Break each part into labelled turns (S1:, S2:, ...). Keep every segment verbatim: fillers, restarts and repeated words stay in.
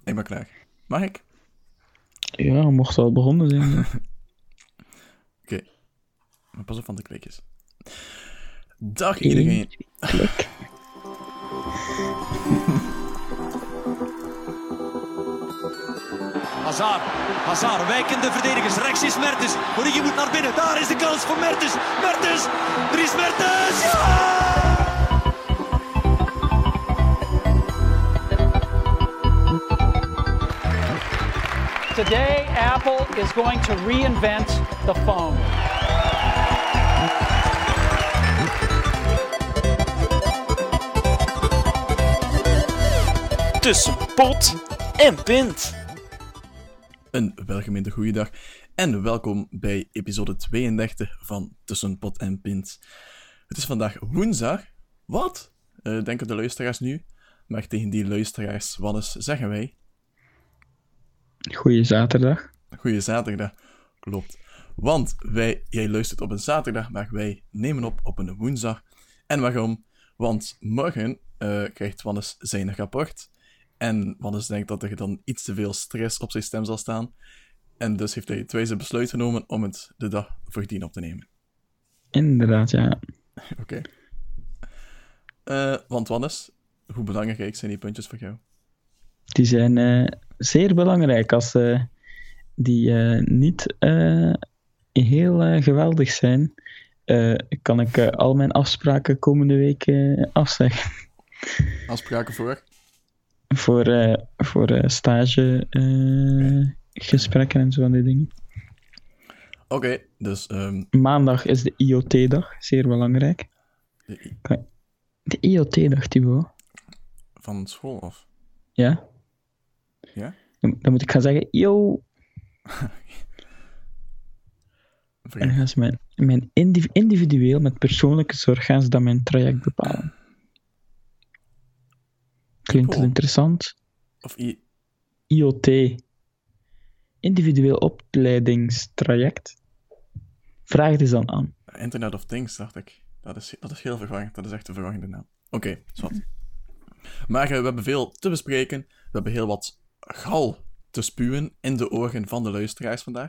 S1: Ik ben klaar. Mag ik?
S2: Ja, mocht al begonnen zijn.
S1: Oké. Okay. Maar pas op van de klikjes. Dag iedereen.
S2: Klik.
S3: Hazard, Hazard, wijkende verdedigers, rechts is Mertens. Origi moet naar binnen, daar is de kans voor Mertens. Mertens, Dries Mertens, ja!
S4: Today, Apple is going to reinvent the phone.
S5: Tussen pot en pint.
S1: Een welgemeende goeiedag en welkom bij episode tweeëndertig van Tussen pot en pint. Het is vandaag woensdag. Wat? Uh, denken de luisteraars nu? Maar tegen die luisteraars, Wannes, zeggen wij...
S2: Goeie zaterdag.
S1: Goeie zaterdag, klopt. Want wij, jij luistert op een zaterdag, maar wij nemen op op een woensdag. En waarom? Want morgen uh, krijgt Wannes zijn rapport. En Wannes denkt dat er dan iets te veel stress op zijn stem zal staan. En dus heeft hij het wijze besluit genomen om het de dag voordien op te nemen.
S2: Inderdaad, ja.
S1: Oké. Okay. Uh, want Wannes, hoe belangrijk zijn die puntjes voor jou?
S2: Die zijn uh, zeer belangrijk. Als uh, die uh, niet uh, heel uh, geweldig zijn, uh, kan ik uh, al mijn afspraken komende week uh, afzeggen.
S1: Afspraken voor?
S2: Voor, uh, voor uh, stage uh, gesprekken en zo van die dingen.
S1: Oké, okay, dus... Um...
S2: Maandag is de I O T-dag, zeer belangrijk.
S1: De, I-
S2: de I O T-dag, Thibaut.
S1: Van school, of?
S2: Ja.
S1: Ja?
S2: Dan, dan moet ik gaan zeggen, yo. En dan gaan ze mijn, mijn indiv- individueel, met persoonlijke zorg, gaan ze dan mijn traject bepalen. Klinkt het interessant?
S1: Of I...
S2: I O T. Individueel opleidingstraject. Vraag het eens dan aan.
S1: Internet of Things, dacht ik. Dat is, dat is heel verwarrend. Dat is echt een verwarrende naam. Oké, okay, zwart. Maar uh, we hebben veel te bespreken. We hebben heel wat gal te spuwen in de oren van de luisteraars vandaag.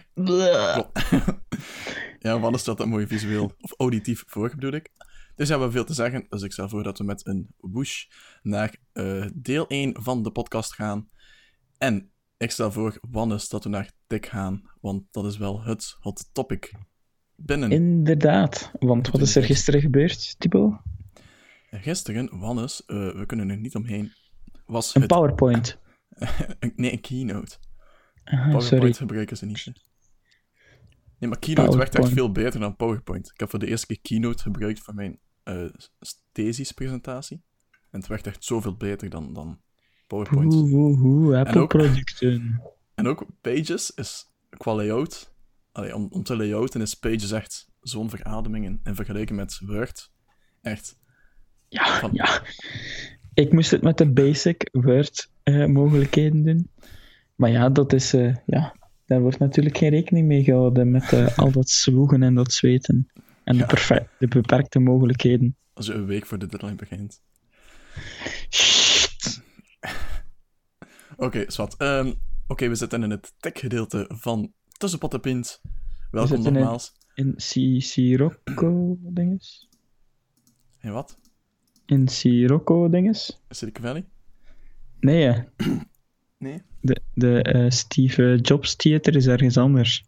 S1: Ja, wat is dat een mooi visueel of auditief voor, bedoel ik. Dus ja, we hebben veel te zeggen. Dus ik stel voor dat we met een whoosh naar uh, deel één van de podcast gaan. En ik stel voor, Wannes, dat we naar Tik gaan. Want dat is wel het hot topic binnen.
S2: Inderdaad. Want wat is er gisteren gebeurd, Thibaut?
S1: Gisteren, Wannes, uh, we kunnen er niet omheen, was
S2: Een
S1: het...
S2: PowerPoint.
S1: Nee, een Keynote.
S2: Aha,
S1: PowerPoint
S2: sorry.
S1: gebruiken ze niet. Hè? Nee, maar Keynote werkt echt veel beter dan PowerPoint. Ik heb voor de eerste keer Keynote gebruikt voor mijn uh, thesispresentatie. En het werkt echt zoveel beter dan, dan PowerPoint.
S2: Oeh, oeh, oeh, Apple-producten.
S1: En ook Pages is qua layout... Allee, om, om te layouten is Pages echt zo'n verademing in, in vergelijking met Word. Echt...
S2: Ja,
S1: van...
S2: ja. Ik moest het met de basic Word uh, mogelijkheden doen. Maar ja, dat is... Uh, ja, daar wordt natuurlijk geen rekening mee gehouden met uh, al dat zwoegen en dat zweten. En
S1: ja.
S2: de, perfe- de beperkte mogelijkheden.
S1: Als je een week voor de deadline begint.
S2: Sst.
S1: Oké, okay, zwart. Um, Oké, okay, we zitten in het tech-gedeelte van Tussen pot en pint. Welkom nogmaals.
S2: In, in Sirocco-dinges?
S1: In wat?
S2: In Sirocco-dinges?
S1: Silicon Valley?
S2: Nee, hè.
S1: Nee?
S2: De, de uh, Steve Jobs Theater is ergens anders.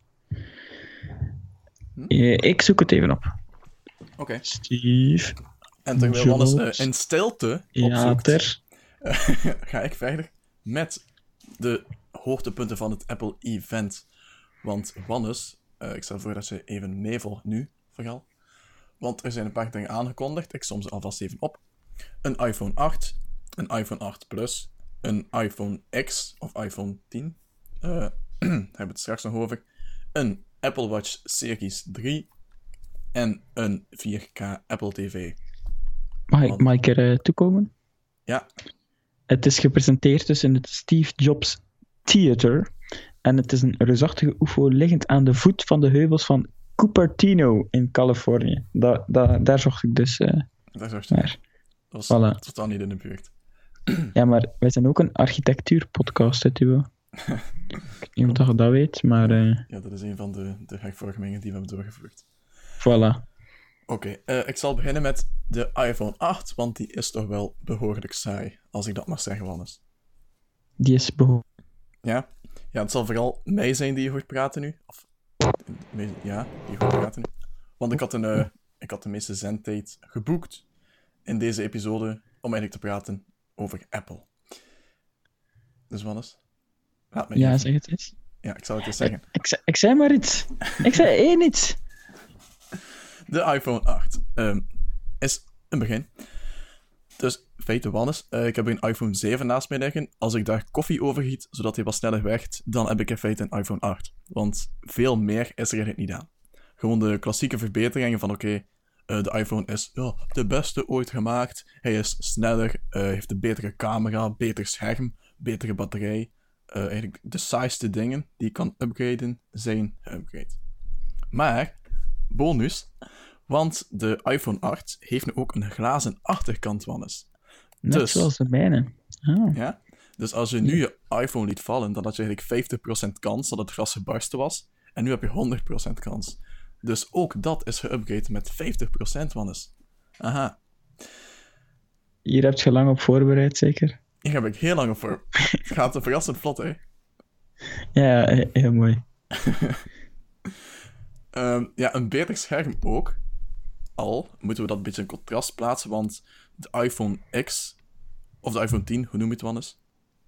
S2: Hm? Uh, ik zoek het even op.
S1: Oké. Okay.
S2: Steve
S1: En terwijl Wannes uh, in stilte opzoekt, uh, ga ik verder met de hoogtepunten van het Apple-event. Want Wannes, uh, ik stel voor dat je even meevolgt nu, vooral. Want er zijn een paar dingen aangekondigd. Ik som ze alvast even op. Een iPhone acht, een iPhone acht Plus, een iPhone X of iPhone tien. Uh, daar hebben we het straks nog over. Een Apple Watch Series drie en een vier K Apple T V.
S2: Mag ik, mag ik er uh, toekomen?
S1: Ja.
S2: Het is gepresenteerd dus in het Steve Jobs Theater. En het is een reusachtige U F O liggend aan de voet van de heuvels van Cupertino in Californië. Da, da, daar zocht ik dus uh,
S1: daar zocht je
S2: naar.
S1: Dat was
S2: voilà.
S1: totaal niet in de buurt.
S2: Ja, maar wij zijn ook een architectuurpodcast, hè, Tubo. Ik weet niet of je dat weet, maar... Uh...
S1: Ja, dat is een van de, de hervormingen die we hebben doorgevoerd.
S2: Voilà.
S1: Oké, okay, uh, ik zal beginnen met de iPhone acht, want die is toch wel behoorlijk saai, als ik dat mag zeggen, Wannes.
S2: Die is behoorlijk...
S1: Ja? Ja, het zal vooral mij zijn die je hoort praten nu. Of, ja, die je hoort praten nu. Want ik had, een, uh, ik had de meeste zendtijd geboekt in deze episode om eigenlijk te praten over Apple. Dus Wannes, laat me
S2: Ja,
S1: even.
S2: zeg het eens.
S1: Ja, ik zal het eens zeggen.
S2: Ik, ik, zei, ik zei maar iets. Ik zei één iets.
S1: De iPhone acht um, is een begin. Dus, feiten Wannes, uh, ik heb een iPhone zeven naast mij liggen. Als ik daar koffie over giet, zodat hij wat sneller werkt, dan heb ik in feite een iPhone acht. Want veel meer is er eigenlijk niet aan. Gewoon de klassieke verbeteringen van, oké, okay, uh, de iPhone is ja, de beste ooit gemaakt. Hij is sneller, uh, heeft een betere camera, beter scherm, betere batterij. Uh, eigenlijk de saaiste dingen die je kan upgraden, zijn geupgrade. Maar, bonus, want de iPhone acht heeft nu ook een glazen achterkant, Wannes.
S2: Net
S1: dus,
S2: zoals de mijne. Oh.
S1: Ja? Dus als je nu je iPhone liet vallen, dan had je eigenlijk vijftig procent kans dat het glas gebarsten was. En nu heb je honderd procent kans. Dus ook dat is geupgrade met vijftig procent, Wannes. Aha.
S2: Hier heb je lang op voorbereid, zeker?
S1: Hier heb ik heel lang op voor. Het gaat er verrassend vlot, hè?
S2: Ja, heel, heel mooi.
S1: um, ja, een beter scherm ook. Al moeten we dat een beetje in contrast plaatsen, want de iPhone X, of de iPhone tien, hoe noem je het, Wannes?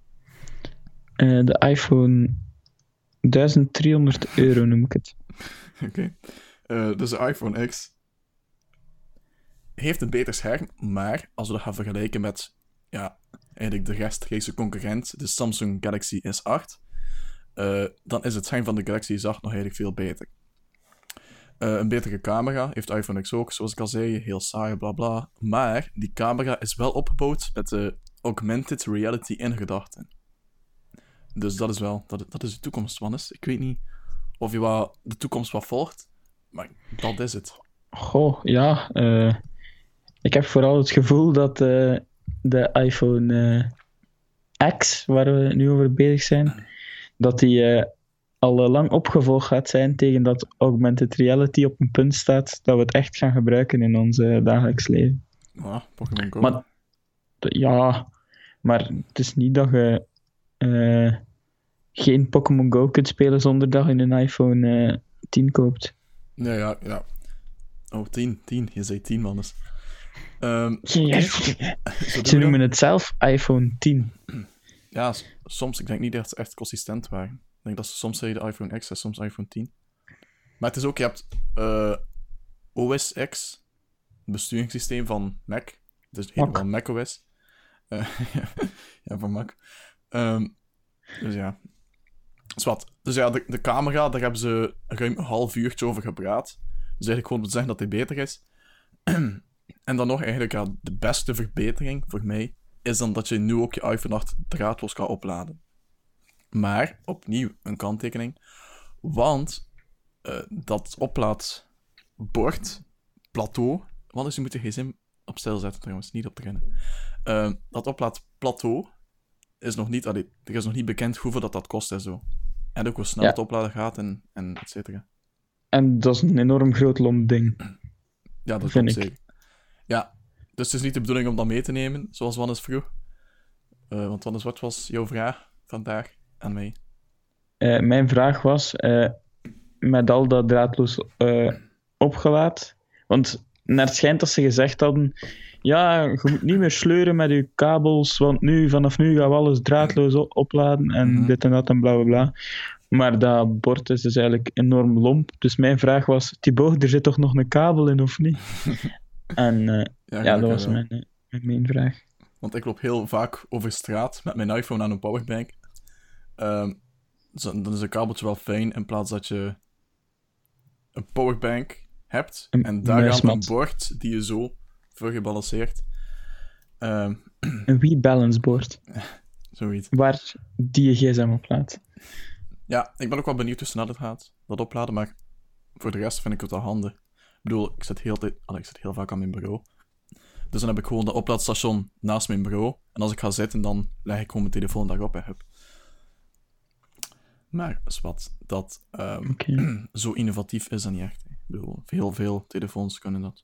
S2: Uh, de iPhone duizend driehonderd euro noem ik het.
S1: Oké. Okay. Uh, dus de iPhone X heeft een beter scherm, maar als we dat gaan vergelijken met ja, eigenlijk de rechtstreekse concurrent, de Samsung Galaxy S acht, uh, dan is het scherm van de Galaxy S acht nog eigenlijk veel beter. Uh, een betere camera heeft de iPhone X ook, zoals ik al zei, heel saai, bla bla. Maar die camera is wel opgebouwd met de augmented reality in gedachten. Dus dat is wel, dat, dat is de toekomst, Wannes. Ik weet niet of je wat, de toekomst wat volgt, maar dat is het.
S2: Goh, ja. Uh, ik heb vooral het gevoel dat uh, de iPhone uh, X, waar we nu over bezig zijn, dat die uh, al uh, lang opgevolgd gaat zijn tegen dat augmented reality op een punt staat dat we het echt gaan gebruiken in ons uh, dagelijks leven.
S1: Ja, Pokémon Go.
S2: Maar, ja, maar het is niet dat je uh, geen Pokémon Go kunt spelen zonder dat je een iPhone uh, tien koopt.
S1: Ja, ja, ja. Oh, tien, tien. Je zei tien, Wannes. Um,
S2: yes. Ze noemen het zelf iPhone tien.
S1: Ja, soms. Ik denk niet dat ze echt consistent waren. Ik denk dat ze soms zeiden iPhone X en soms iPhone tien. Maar het is ook, je hebt uh, O S X, het besturingssysteem van Mac. Dus helemaal macOS. Uh, ja, van Mac. Um, dus ja. Dus wat. Dus ja, de, de camera, daar hebben ze ruim een half uurtje over gepraat. Dus eigenlijk gewoon om te zeggen dat die beter is. En dan nog eigenlijk, ja, de beste verbetering voor mij is dan dat je nu ook je iPhone acht draadloos kan opladen. Maar, opnieuw, een kanttekening. Want uh, dat oplaadbord, plateau... Wat is, je moet de gsm op stil zetten trouwens, niet op te rennen. Uh, dat oplaadplateau is nog niet... Allee, er is nog niet bekend hoeveel dat, dat kost en zo. En ook hoe snel ja. het opladen gaat en, en et cetera.
S2: En dat is een enorm groot lomp ding.
S1: Ja, dat
S2: vind
S1: ik.
S2: ik.
S1: Zeker. Ja, dus het is niet de bedoeling om dat mee te nemen, zoals Wannes vroeg. Uh, want Wannes, wat was jouw vraag vandaag aan mij?
S2: Uh, mijn vraag was, uh, met al dat draadloos uh, opgelaad, want naar het schijnt dat ze gezegd hadden, ja, je moet niet meer sleuren met je kabels, want nu, vanaf nu gaan we alles draadloos opladen en mm-hmm. dit en dat en bla bla bla. Maar dat bord is dus eigenlijk enorm lomp. Dus mijn vraag was, Thibaut, er zit toch nog een kabel in, of niet? En uh, ja, ja, dat was mijn, uh, mijn main vraag.
S1: Want ik loop heel vaak over straat met mijn iPhone aan een powerbank. Um, dan is een kabeltje wel fijn, in plaats dat je een powerbank hebt een en daaraan een bord die je zo vergebalanceerd. Um,
S2: een Wii Balance board.
S1: Zoiets.
S2: Waar die je gsm oplaadt.
S1: Ja, ik ben ook wel benieuwd hoe snel het gaat, dat opladen, maar voor de rest vind ik het wel handig. Ik bedoel, ik zit heel, tijd, allee, ik zit heel vaak aan mijn bureau. Dus dan heb ik gewoon dat oplaadstation naast mijn bureau. En En als ik ga zitten, dan leg ik gewoon mijn telefoon daarop en hup. Maar is wat dat um, okay. zo innovatief is dan niet echt. Ik bedoel, heel veel telefoons kunnen dat.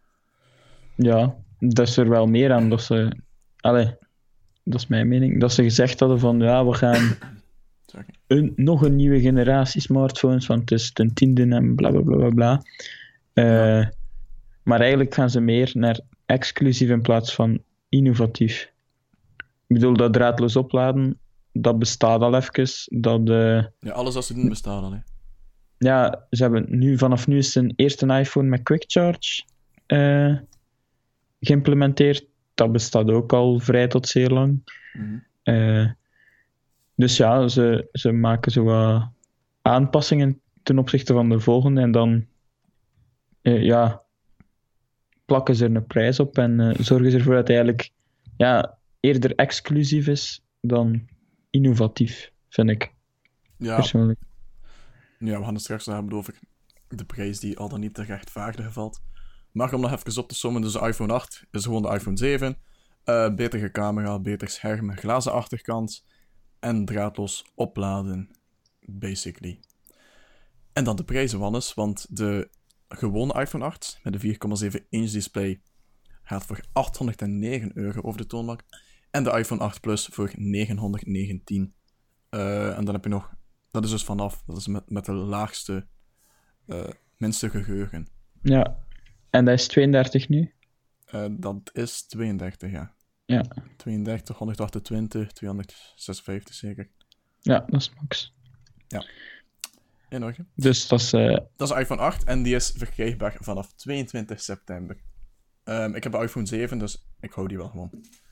S2: Ja, dat is er wel meer aan dat ze... Allee, dat is mijn mening. Dat ze gezegd hadden van, ja, we gaan een, nog een nieuwe generatie smartphones, want het is ten tiende en bla bla bla bla bla. Uh, ja. Maar eigenlijk gaan ze meer naar exclusief in plaats van innovatief. Ik bedoel, dat draadloos opladen, dat bestaat al even. Dat, uh,
S1: ja, alles wat ze doen bestaat al, hè.
S2: Ja, ze hebben nu, vanaf nu is een eerste iPhone met Quick Charge uh, geïmplementeerd. Dat bestaat ook al vrij tot zeer lang. Mm-hmm. Uh, dus ja, ze, ze maken zo wat aanpassingen ten opzichte van de volgende. En dan uh, ja, plakken ze er een prijs op en uh, zorgen ze ervoor dat hij eigenlijk ja, eerder exclusief is dan innovatief, vind ik.
S1: Ja.
S2: Persoonlijk.
S1: Ja, we gaan het straks hebben over de prijs die al dan niet te rechtvaardigen valt. Maar om nog even op te sommen, dus de iPhone acht is gewoon de iPhone zeven. Uh, betere camera, beter scherm, glazen achterkant en draadloos opladen, basically. En dan de prijzen, Wannes, want de gewone iPhone acht met de vier komma zeven inch display gaat voor achthonderdnegen euro over de toonbank. En de iPhone acht Plus voor negenhonderdnegentien. Uh, en dan heb je nog... Dat is dus vanaf. Dat is met, met de laagste, uh, minste geheugen.
S2: Ja. En dat is tweeëndertig nu?
S1: Uh, dat is tweeëndertig, ja.
S2: Ja.
S1: tweeëndertig, honderdachtentwintig, tweehonderdzesenvijftig zeker.
S2: Ja, dat is max.
S1: Ja. In orde.
S2: Dus dat is... Uh...
S1: Dat is de iPhone acht en die is verkrijgbaar vanaf tweeëntwintig september. Um, ik heb de iPhone zeven, dus ik hou die wel gewoon.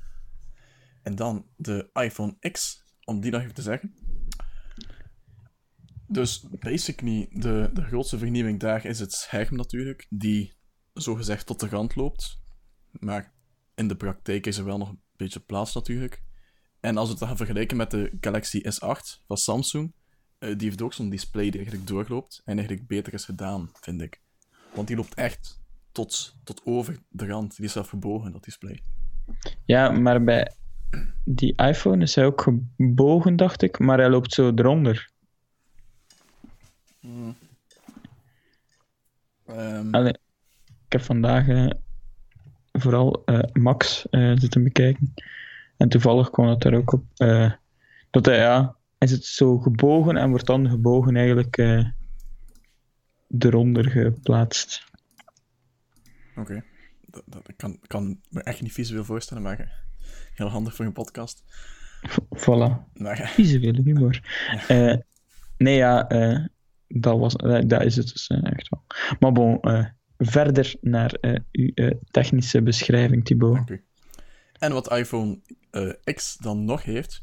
S1: En dan de iPhone X, om die nog even te zeggen. Dus basically, de, de grootste vernieuwing daar is het scherm natuurlijk, die zogezegd tot de rand loopt. Maar in de praktijk is er wel nog een beetje plaats natuurlijk. En als we het gaan vergelijken met de Galaxy S acht van Samsung, uh, die heeft ook zo'n display die eigenlijk doorloopt en eigenlijk beter is gedaan, vind ik. Want die loopt echt tot, tot over de rand. Die is zelf gebogen, dat display.
S2: Ja, maar bij die iPhone is hij ook gebogen, dacht ik, maar hij loopt zo eronder.
S1: Hmm. Um...
S2: Allee, ik heb vandaag uh, vooral uh, Max uh, zitten bekijken. En toevallig kwam dat daar ook op. Uh, dat hij, ja, hij zit zo gebogen en wordt dan gebogen eigenlijk uh, eronder geplaatst.
S1: Oké. Okay. Dat, dat kan, kan me echt niet visueel voorstellen, maar heel handig voor een podcast.
S2: Voilà.
S1: Maar...
S2: Visuele humor. Ja. Uh, nee, ja... Uh, Dat, was, dat is het dus uh, echt wel. Maar bon, uh, verder naar uh, uw uh, technische beschrijving, Thibaut.
S1: Dank u. En wat iPhone uh, X dan nog heeft,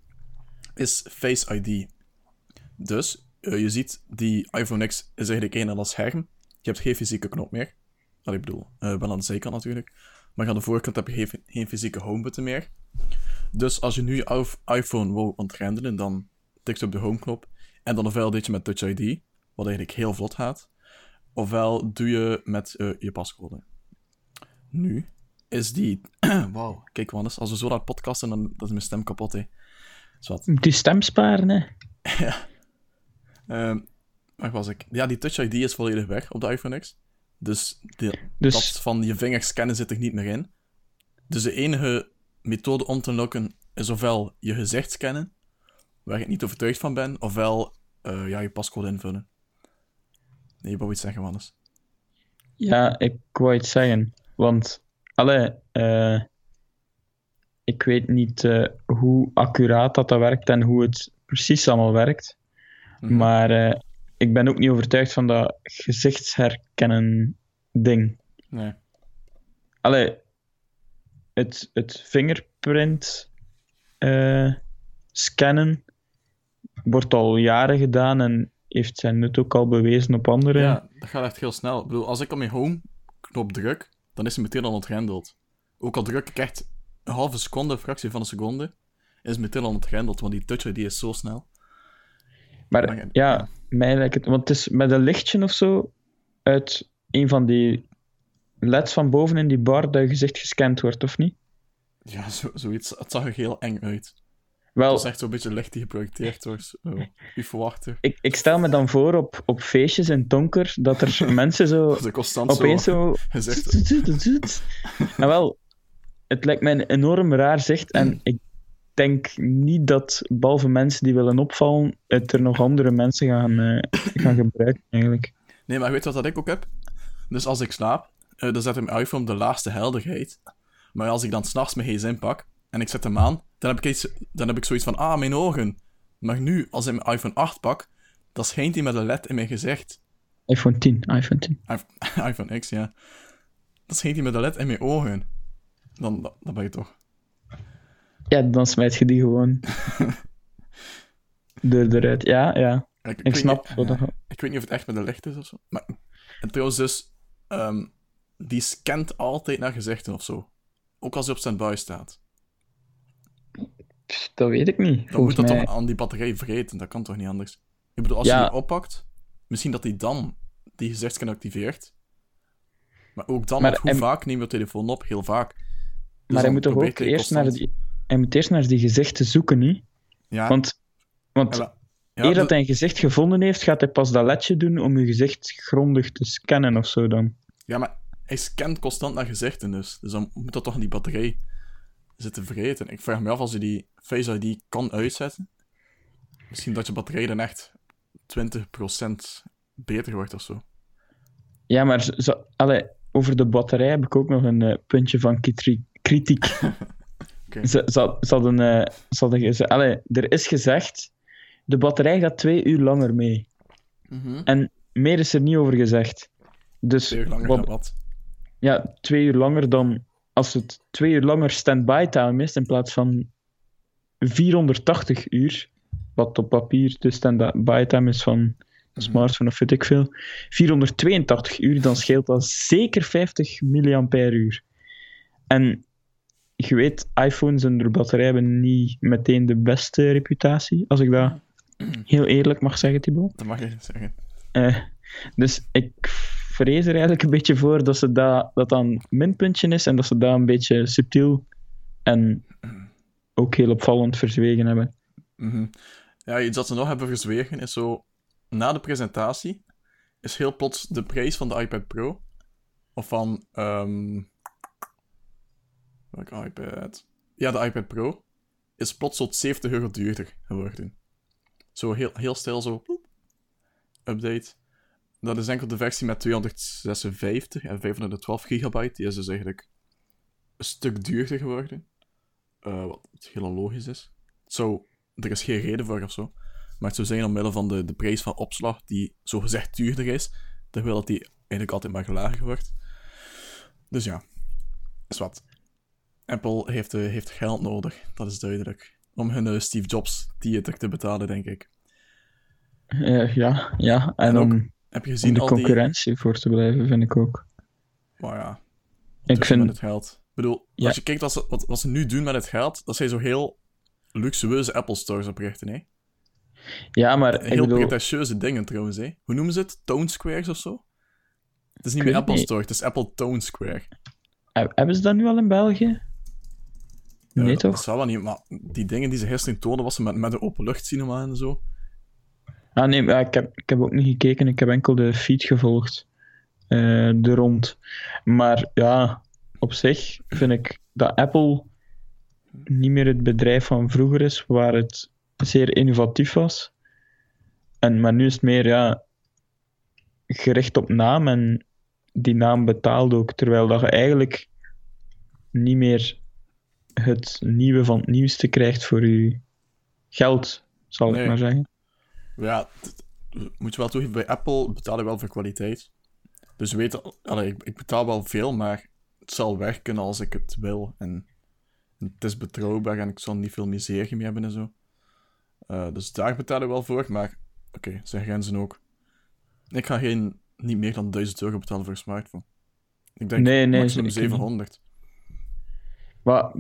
S1: is Face I D. Dus, uh, je ziet, die iPhone X is eigenlijk één aan dat scherm. Je hebt geen fysieke knop meer. Dat ik bedoel, uh, wel aan de zijkant natuurlijk. Maar aan de voorkant heb je geen, geen fysieke homebutton meer. Dus als je nu je iPhone wou ontrendelen, dan tikt je op de homeknop. En dan ofwel deed je met Touch I D, wat eigenlijk heel vlot gaat. Ofwel doe je met uh, je pascode. Nu is die... Wauw, kijk Wannes, als we zo laat podcasten, dan, dan is mijn stem kapot, hè. Zwat.
S2: Die stem sparen, hè.
S1: Ja. Um, waar was ik? Ja, die Touch I D is volledig weg op de iPhone X. Dus, die, dus... dat van je vingers scannen zit er niet meer in. Dus de enige methode om te unlocken is ofwel je gezicht scannen, waar ik niet overtuigd van ben, ofwel uh, ja, je pascode invullen. Nee, je wou iets zeggen, Wannes.
S2: Ja, ik wou iets zeggen. Want, allee, uh, ik weet niet uh, hoe accuraat dat, dat werkt en hoe het precies allemaal werkt. Mm-hmm. Maar uh, ik ben ook niet overtuigd van dat gezichtsherkennen ding.
S1: Nee.
S2: Allee, het, het fingerprint uh, scannen wordt al jaren gedaan en heeft zijn nut ook al bewezen op andere...
S1: Ja, dat gaat echt heel snel. Ik bedoel, als ik op mijn home-knop druk, dan is hij meteen al ontgrendeld. Ook al druk ik echt een halve seconde, een fractie van een seconde, is het meteen al ontgrendeld, want die Touch I D is zo snel.
S2: Maar, maar ja, ja, mij lijkt het... Want het is met een lichtje of zo uit een van die L E D's van boven in die bar dat je gezicht gescand wordt, of niet?
S1: Ja, zo, zoiets. Het zag er heel eng uit.
S2: Wel,
S1: het was echt zo'n beetje licht die geprojecteerd wordt. Oh, u verwachten.
S2: Ik, ik stel me dan voor op, op feestjes in donker dat er mensen zo opeens zo...
S1: Gezicht.
S2: Nou wel, het lijkt mij een enorm raar zicht en ik denk niet dat, behalve mensen die willen opvallen, het er nog andere mensen gaan, uh, gaan gebruiken, eigenlijk.
S1: Nee, maar weet je wat dat ik ook heb? Dus als ik slaap, uh, dan zet ik mijn iPhone op de laagste helderheid. Maar als ik dan s'nachts mijn gsm pak en ik zet hem aan, dan heb ik, iets, dan heb ik zoiets van, ah, mijn ogen. Maar nu, als ik mijn iPhone acht pak, dan schijnt hij met een led in mijn gezicht.
S2: iPhone tien, iPhone tien.
S1: I- iPhone X, ja. Dan schijnt hij met een led in mijn ogen. Dan, dan, dan ben je toch...
S2: Ja, dan smijt je die gewoon er, eruit. Ja, ja.
S1: Ik, ik,
S2: ik snap
S1: niet,
S2: wat dat...
S1: Ik weet niet of het echt met een licht is of zo. Maar, en trouwens dus, um, die scant altijd naar gezichten of zo. Ook als hij op standby staat.
S2: Dat weet ik niet.
S1: Dan moet dat
S2: mij...
S1: toch aan die batterij vreten. Dat kan toch niet anders? Ik bedoel, als
S2: ja.
S1: je die oppakt, misschien dat hij dan die gezichtscan activeert. Maar ook dan, maar, hoe en... vaak neem je telefoon op? Heel vaak. Dus
S2: maar hij moet toch ook eerst constant... naar, die... hij moet eerst naar die gezichten zoeken, niet?
S1: Ja.
S2: Want, want ja, ja, eer dat hij een gezicht gevonden heeft, gaat hij pas dat ledje doen om je gezicht grondig te scannen of zo dan.
S1: Ja, maar hij scant constant naar gezichten dus. Dus dan moet dat toch aan die batterij zitten vreten. Ik vraag me af als je die Face I D kan uitzetten. Misschien dat je batterij dan echt twintig procent beter wordt of zo.
S2: Ja, maar zo, allee, over de batterij heb ik ook nog een uh, puntje van kitri- kritiek. Okay. Ze, ze, ze hadden... Uh, ze hadden ze, allee, er is gezegd, de batterij gaat twee uur langer mee.
S1: Mm-hmm.
S2: En meer is er niet over gezegd. Dus
S1: twee uur langer
S2: wat,
S1: dan wat?
S2: Ja, twee uur langer dan... Als het twee uur langer standby time is, in plaats van vierhonderdtachtig uur, wat op papier de standby time is van een smartphone of weet ik veel, vierhonderdtweeëntachtig uur, dan scheelt dat zeker vijftig milliampère uur. En je weet, iPhones en de batterij hebben niet meteen de beste reputatie, als ik dat heel eerlijk mag zeggen, Thibaut.
S1: Dat mag je zeggen.
S2: Uh, dus ik vrees er eigenlijk een beetje voor dat ze dat, dat dan een minpuntje is en dat ze dat een beetje subtiel en ook heel opvallend verzwegen hebben.
S1: Mm-hmm. Ja, iets dat ze nog hebben verzwegen is zo... Na de presentatie is heel plots de prijs van de iPad Pro of van... Um, welke iPad? Ja, de iPad Pro is plots tot zeventig euro duurder geworden. Zo heel, heel stil zo... Poep, update. Dat is enkel de versie met tweehonderdzesenvijftig en vijfhonderdtwaalf gigabyte. Die is dus eigenlijk een stuk duurder geworden. Uh, wat heel logisch is. Zo, er is geen reden voor of zo. Maar het zou zijn omwille van de, de prijs van opslag, die zogezegd duurder is, terwijl dat die eigenlijk altijd maar lager wordt. Dus ja, is wat. Apple heeft, uh, heeft geld nodig, dat is duidelijk. Om hun uh, Steve Jobs theater te betalen, denk ik.
S2: Uh, ja, ja, en, en ook, om,
S1: heb je gezien
S2: om de
S1: al
S2: concurrentie
S1: die...
S2: voor te blijven, vind ik ook.
S1: Maar ja,
S2: ik vind...
S1: met het geld. Ik bedoel,
S2: ja.
S1: als je kijkt wat ze, wat, wat ze nu doen met het geld, dat zijn zo heel luxueuze Apple Stores oprichten, hè.
S2: Ja, maar
S1: heel
S2: ik bedoel...
S1: pretentieuze dingen trouwens, hè. Hoe noemen ze het? Town Squares of zo? Het is niet meer Apple niet. Store, het is Apple Town Square.
S2: Hebben ze dat nu al in België? Nee,
S1: ja,
S2: toch?
S1: Dat zou wel niet, maar die dingen die ze gisteren tonen, was ze met, met de openluchtcinema en zo.
S2: Ah nee, maar ik heb, ik heb ook niet gekeken, ik heb enkel de feed gevolgd. Uh, er rond. Maar ja, op zich vind ik dat Apple niet meer het bedrijf van vroeger is, waar het zeer innovatief was. En, maar nu is het meer, ja, gericht op naam en die naam betaalt ook, terwijl dat je eigenlijk niet meer het nieuwe van het nieuwste krijgt voor je geld, zal nee. ik maar zeggen.
S1: Ja, t- moet je wel toegeven, bij Apple betaal je wel voor kwaliteit. Dus je weet, allee, ik, ik betaal wel veel, maar het zal werken als ik het wil. En, en het is betrouwbaar en ik zal niet veel miserie mee hebben en zo. Uh, dus daar betaal je wel voor, maar oké, okay, zijn grenzen ook. Ik ga geen, niet meer dan duizend euro betalen voor een smartphone. Ik denk
S2: nee, nee,
S1: maximum zevenhonderd.
S2: Maar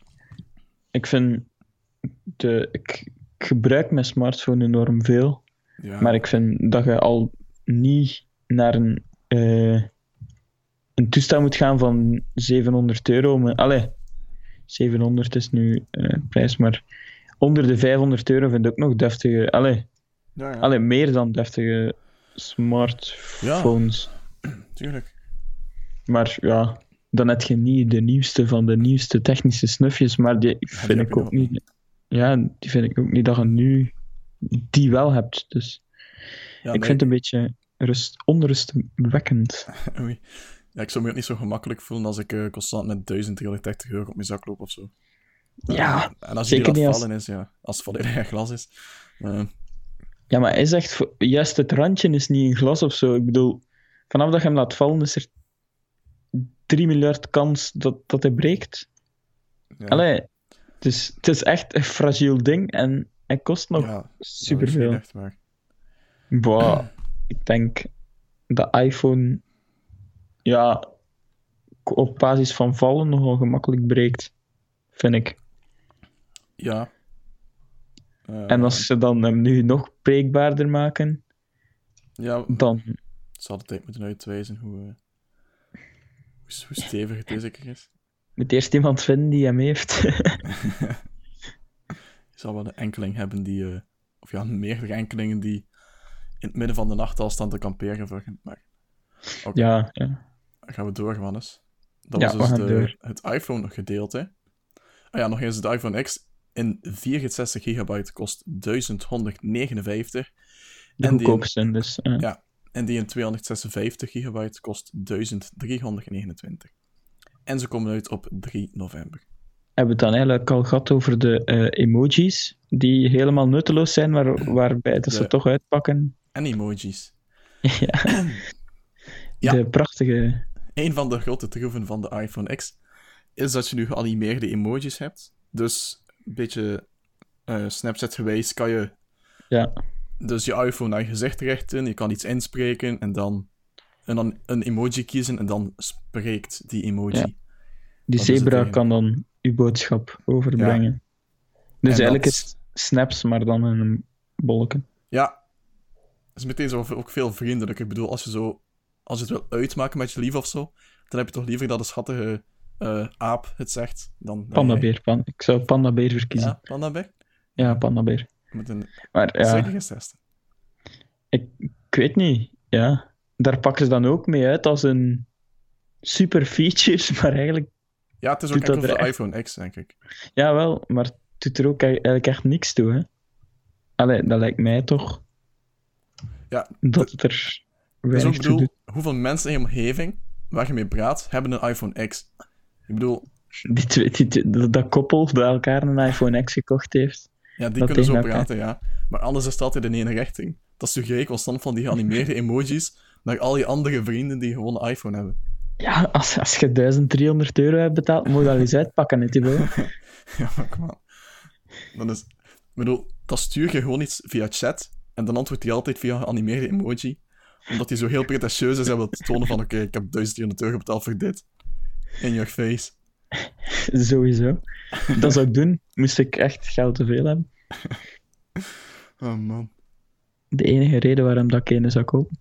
S2: ik vind de, ik, ik gebruik mijn smartphone enorm veel, ja. Maar ik vind dat je al niet naar een, uh, een toestel moet gaan van zevenhonderd euro. Maar, allee, zevenhonderd is nu uh, prijs, maar onder de vijfhonderd euro vind ik ook nog deftige... Allee, ja, ja. allee meer dan deftige smartphones.
S1: Ja, tuurlijk.
S2: Maar ja, dan heb je niet de nieuwste van de nieuwste technische snufjes, maar die vind ja, die ik ook niet... niet. Ja, die vind ik ook niet dat je nu die wel hebt, dus... Ja, ik nee. vind het een beetje rust, onrustwekkend.
S1: Oei. Ja, ik zou me ook niet zo gemakkelijk voelen als ik uh, constant met duizend driehonderddertig euro op mijn zak loop of zo.
S2: Ja,
S1: uh, En als je die laat vallen als... is, ja, als het volledig glas is. Uh...
S2: Ja, maar hij zegt, juist het randje is niet in glas of zo. Ik bedoel, vanaf dat je hem laat vallen is er drie miljard kans dat, dat hij breekt. Ja. Allee, het is, het is echt een fragiel ding en hij kost nog ja, superveel.
S1: Echt waar.
S2: Boah, ik denk de iPhone ja, op basis van vallen nogal gemakkelijk breekt, vind ik.
S1: Ja. Uh,
S2: en als ze dan hem nu nog breekbaarder maken,
S1: ja,
S2: dan...
S1: Het zal de tijd moeten uitwijzen hoe, uh, hoe, hoe stevig het is, zeker is.
S2: Moet eerst iemand vinden die hem heeft.
S1: Je zal wel een enkeling hebben die... Uh, of ja, meerdere enkelingen die in het midden van de nacht al staan te kamperen voor hem. Maar... Okay.
S2: Ja, ja.
S1: Dan gaan we door, Wannes. Dat
S2: ja,
S1: was dus de, het iPhone-gedeelte. Ah ja, nog eens de iPhone X in vierenzestig gigabyte kost duizend honderdnegenenvijftig.
S2: De goedkoopste, dus. Uh.
S1: Ja, en die in tweehonderdzesenvijftig gigabyte kost duizend driehonderdnegenentwintig. En ze komen uit op drie november.
S2: Hebben we het dan eigenlijk al gehad over de uh, emojis, die helemaal nutteloos zijn, maar waarbij dat de... ze toch uitpakken?
S1: En emojis.
S2: Ja. Ja. De prachtige...
S1: Een van de grote troeven van de iPhone X is dat je nu geanimeerde emojis hebt. Dus een beetje uh, Snapchat-gewijs kan je
S2: ja.
S1: dus je iPhone naar je gezicht richten, je kan iets inspreken en dan een, een emoji kiezen en dan spreekt die emoji. Ja.
S2: Die dat zebra kan dan je boodschap overbrengen. Ja. Dus en eigenlijk dat... is het snaps, maar dan in een bolletje.
S1: Ja. Dat is meteen zo ook veel vriendelijker. Ik bedoel, als je zo als je het wil uitmaken met je lief of zo, dan heb je toch liever dat een schattige uh, aap het zegt dan...
S2: Pandabeer. Pan- ik zou pandabeer verkiezen.
S1: Ja, pandabeer?
S2: Ja, pandabeer.
S1: Met een...
S2: Maar ja...
S1: Zeker eens testen.
S2: Ik, ik weet niet. Ja. Daar pakken ze dan ook mee uit als een super feature, maar eigenlijk...
S1: Ja, het is ook enkel voor de echt... iPhone X, denk ik.
S2: Ja, wel, maar het doet er ook eigenlijk echt niks toe, hè. Allee, dat lijkt mij toch...
S1: Ja.
S2: Dat het er...
S1: Dus ook bedoel, hoeveel mensen in je omgeving waar je mee praat, hebben een iPhone X? Ik bedoel...
S2: Die twee, die, die, dat koppel dat elkaar een iPhone X gekocht heeft.
S1: Ja, die kunnen zo praten, ja. Maar anders is het altijd in één richting. Dat suggereer je constant van die geanimeerde emojis naar al je andere vrienden die gewoon een iPhone hebben.
S2: Ja, als, als je duizend driehonderd euro hebt betaald, moet je dat eens uitpakken, hè, Thibaut.
S1: Ja, maar kom aan. Dan is... Ik bedoel, dan stuur je gewoon iets via chat en dan antwoordt hij altijd via geanimeerde emoji. Omdat hij zo heel pretentieus is en wil tonen van oké, okay, ik heb duizend driehonderd euro betaald voor dit. In your face.
S2: Sowieso. Dat zou ik doen, moest ik echt geld te veel hebben.
S1: Oh man.
S2: De enige reden waarom dat ik een zou kopen.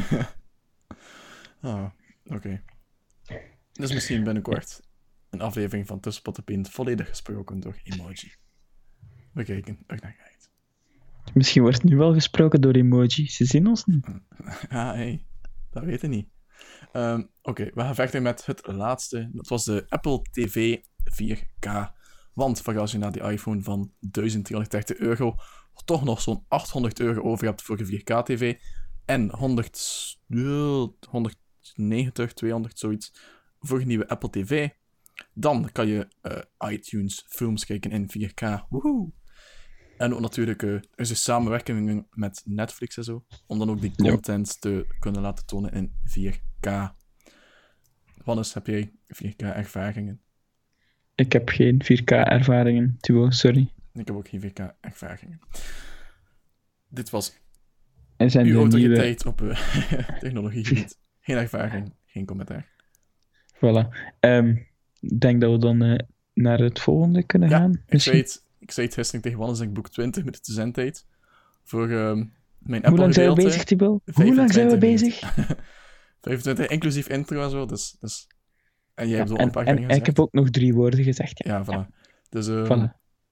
S1: Ah, oké. Okay. Dus misschien binnenkort een aflevering van Tussenpot en Pint volledig gesproken door emoji. We kijken er naar uit.
S2: Misschien wordt het nu wel gesproken door emoji. Ze zien ons niet.
S1: Ah, hey. Dat weet je niet. Um, Oké, okay, we gaan verder met het laatste. Dat was de Apple T V vier K. Want als je naar die iPhone van duizend driehonderddertig euro toch nog zo'n achthonderd euro over hebt voor een vier K T V en honderd, honderdnegentig, tweehonderd, zoiets voor een nieuwe Apple T V, dan kan je uh, iTunes films kijken in vier K. Woehoe! En ook natuurlijk uh, er is een samenwerking met Netflix en zo, om dan ook die content ja. te kunnen laten tonen in vier K. Wannes, heb jij vier K-ervaringen?
S2: Ik heb geen vier K-ervaringen, Thibaut, sorry.
S1: Ik heb ook geen vier K-ervaringen. Dit was
S2: en zijn
S1: uw autoriteit
S2: nieuwe...
S1: op uh, technologiegebied. Geen ervaring, geen commentaar.
S2: Voilà. Um, ik denk dat we dan uh, naar het volgende kunnen
S1: ja,
S2: gaan.
S1: Ik zei, het, ik zei het gisteren tegen Wannes, ik boek twintig minuten de zendtijd voor um, mijn Apple
S2: Hoe lang zijn we bezig, Thibaut? Hoe lang zijn we bezig?
S1: vijfentwintig, inclusief intro en zo, dus... dus En jij hebt
S2: Ja,
S1: al een
S2: en,
S1: paar
S2: en,
S1: dingen
S2: en
S1: gezegd.
S2: ik heb ook nog drie woorden gezegd. Ja,
S1: Ja, voilà. Dus uh,
S2: Voilà.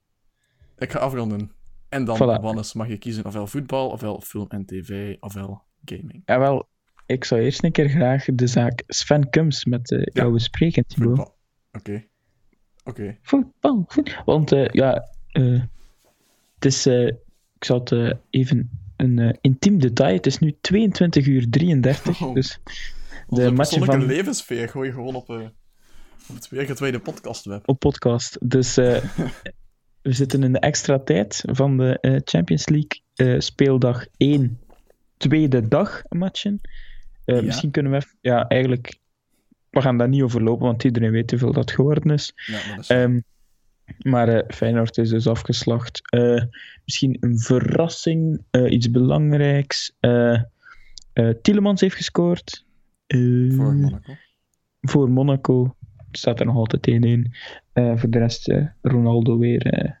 S1: ik ga afronden. En dan,
S2: Voilà.
S1: Wannes, mag je kiezen ofwel voetbal, ofwel film en tv, ofwel gaming.
S2: Ja, wel, ik zou eerst een keer graag de zaak Sven Kums met uh, jou bespreken, Thibaut.
S1: Voetbal. Oké. Okay. Oké. Okay.
S2: Voetbal, voetbal. Want uh, ja, uh, het is... Uh, ik zal het uh, even... Een uh, intiem detail. Het is nu tweeëntwintig uur drieëndertig. Oh. Dus
S1: de persoonlijke van... levensfeer gooi je gewoon op, uh, op het wereldwijde podcastweb.
S2: Op podcast. Dus uh, we zitten in de extra tijd van de uh, Champions League uh, speeldag één. Tweede dag matchen. Uh, ja. Misschien kunnen we... Even, ja, eigenlijk... We gaan daar niet over lopen, want iedereen weet hoeveel dat geworden is.
S1: Ja, dat is
S2: um, Maar uh, Feyenoord is dus afgeslacht. Uh, misschien een verrassing, uh, iets belangrijks. Uh, uh, Tielemans heeft gescoord. Uh,
S1: voor Monaco.
S2: Voor Monaco staat er nog altijd één-één. Uh, voor de rest uh, Ronaldo weer. Uh.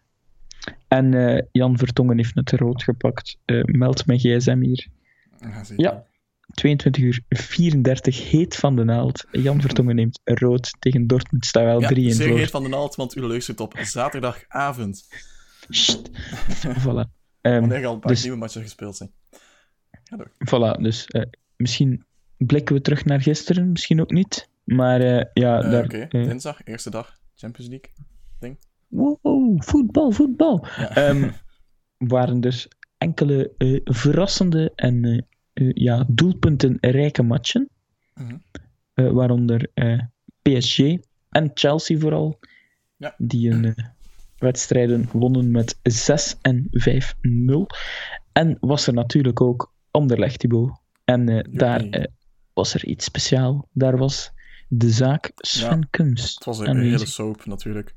S2: En uh, Jan Vertongen heeft het rood gepakt. Uh, meld mijn gsm hier.
S1: Ja,
S2: ja, tweeëntwintig uur vierendertig, heet van de naald. Jan Vertongen neemt rood tegen Dortmund. Staat wel
S1: ja,
S2: drie in
S1: zeer
S2: voor.
S1: heet van de naald, want u luistert op zaterdagavond.
S2: Sst. Voilà.
S1: Um, Wanneer al een paar dus, nieuwe matchen gespeeld zijn.
S2: Ja, voilà, dus uh, misschien blikken we terug naar gisteren, misschien ook niet. Maar uh, ja,
S1: uh,
S2: daar...
S1: Oké, okay. uh, dinsdag, eerste dag, Champions League, ding.
S2: Wow, voetbal, voetbal. Ja. Um, waren dus enkele uh, verrassende en uh, uh, ja, doelpuntenrijke matchen.
S1: Mm-hmm.
S2: Uh, waaronder uh, P S G en Chelsea vooral.
S1: Ja.
S2: Die hun uh, wedstrijden wonnen met zes en vijf nul. En was er natuurlijk ook Anderlecht, Thibaut. En uh, daar uh, was er iets speciaals. Daar was de zaak Sven ja, Kums.
S1: Het was een, een hele soap, natuurlijk.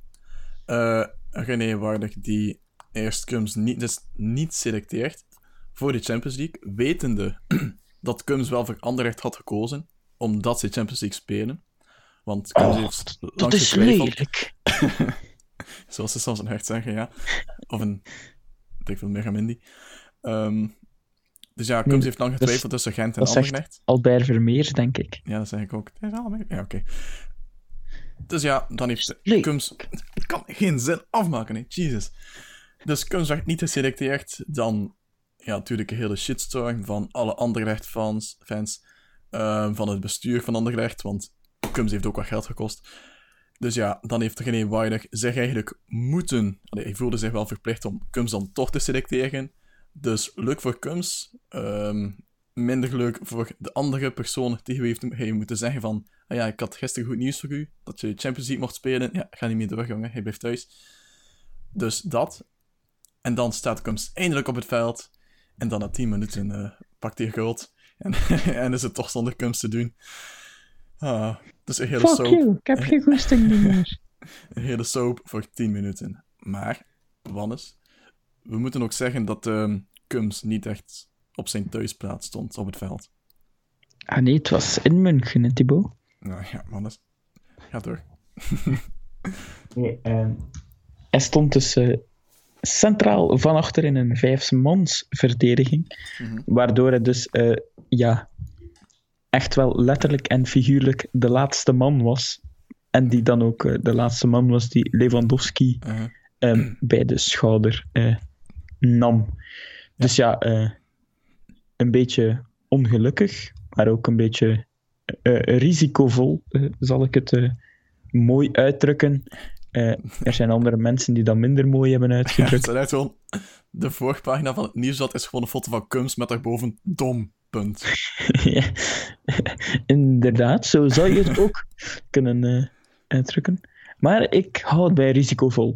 S1: Uh, René Waardig, die eerst Kums niet, dus niet selecteert voor de Champions League, wetende dat Kums wel voor Anderlecht had gekozen, omdat ze Champions League spelen. Want Kums
S2: oh,
S1: heeft
S2: dat
S1: lang
S2: is lelijk.
S1: Zoals ze soms een hert zeggen, ja. Of een... Ik veel meer Mindy. Um, dus ja, Kums nee, heeft lang getwijfeld tussen Gent en Anderlecht.
S2: Albert Vermeer, denk ik.
S1: Ja, dat zeg ik ook. Ja, oké. Okay. Dus ja, dan heeft Kums... Ik kan geen zin afmaken, hè. Jesus. Dus Kums werd niet geselecteerd. Dan, ja, natuurlijk een hele shitstorm van alle Anderlecht-fans, fans, uh, van het bestuur van Anderlecht, want Kums heeft ook wat geld gekost. Dus ja, dan heeft René Weinig zich eigenlijk moeten... Allee, hij voelde zich wel verplicht om Kums dan toch te selecteren. Dus leuk voor Kums. Um, minder leuk voor de andere persoon die heeft hij moeten zeggen van... Ah ja, ik had gisteren goed nieuws voor u. Dat je Champions League mocht spelen. Ja, ga niet meer door, jongen. Hij blijft thuis. Dus dat. En dan staat Kums eindelijk op het veld. En dan na tien minuten uh, pakt hij goud. En, en is het toch zonder Kums te doen. Ah, dus een hele
S2: Fuck
S1: soap.
S2: you, ik heb geen goesting meer.
S1: Een hele soap voor tien minuten. Maar, Wannes, we moeten ook zeggen dat um, Kums niet echt op zijn thuisplaats stond op het veld.
S2: Ah nee, het was in München, hè, Thibaut?
S1: Nou ja, Wannes. Ga door.
S2: nee, um, hij stond dus uh, centraal van achter in een vijfmansverdediging, mm-hmm. waardoor hij dus, uh, ja... echt wel letterlijk en figuurlijk de laatste man was. En die dan ook uh, de laatste man was die Lewandowski uh-huh. um, bij de schouder uh, nam. Ja. Dus ja, uh, een beetje ongelukkig, maar ook een beetje uh, risicovol, uh, zal ik het uh, mooi uitdrukken. Uh, er zijn andere mensen die dat minder mooi hebben uitgedrukt.
S1: Ja, het gewoon, de voorpagina van het nieuwsblad is gewoon een foto van Kums met daarboven dom. Punt.
S2: Ja, inderdaad, zo zou je het ook kunnen uh, uitdrukken. Maar ik hou het bij risicovol.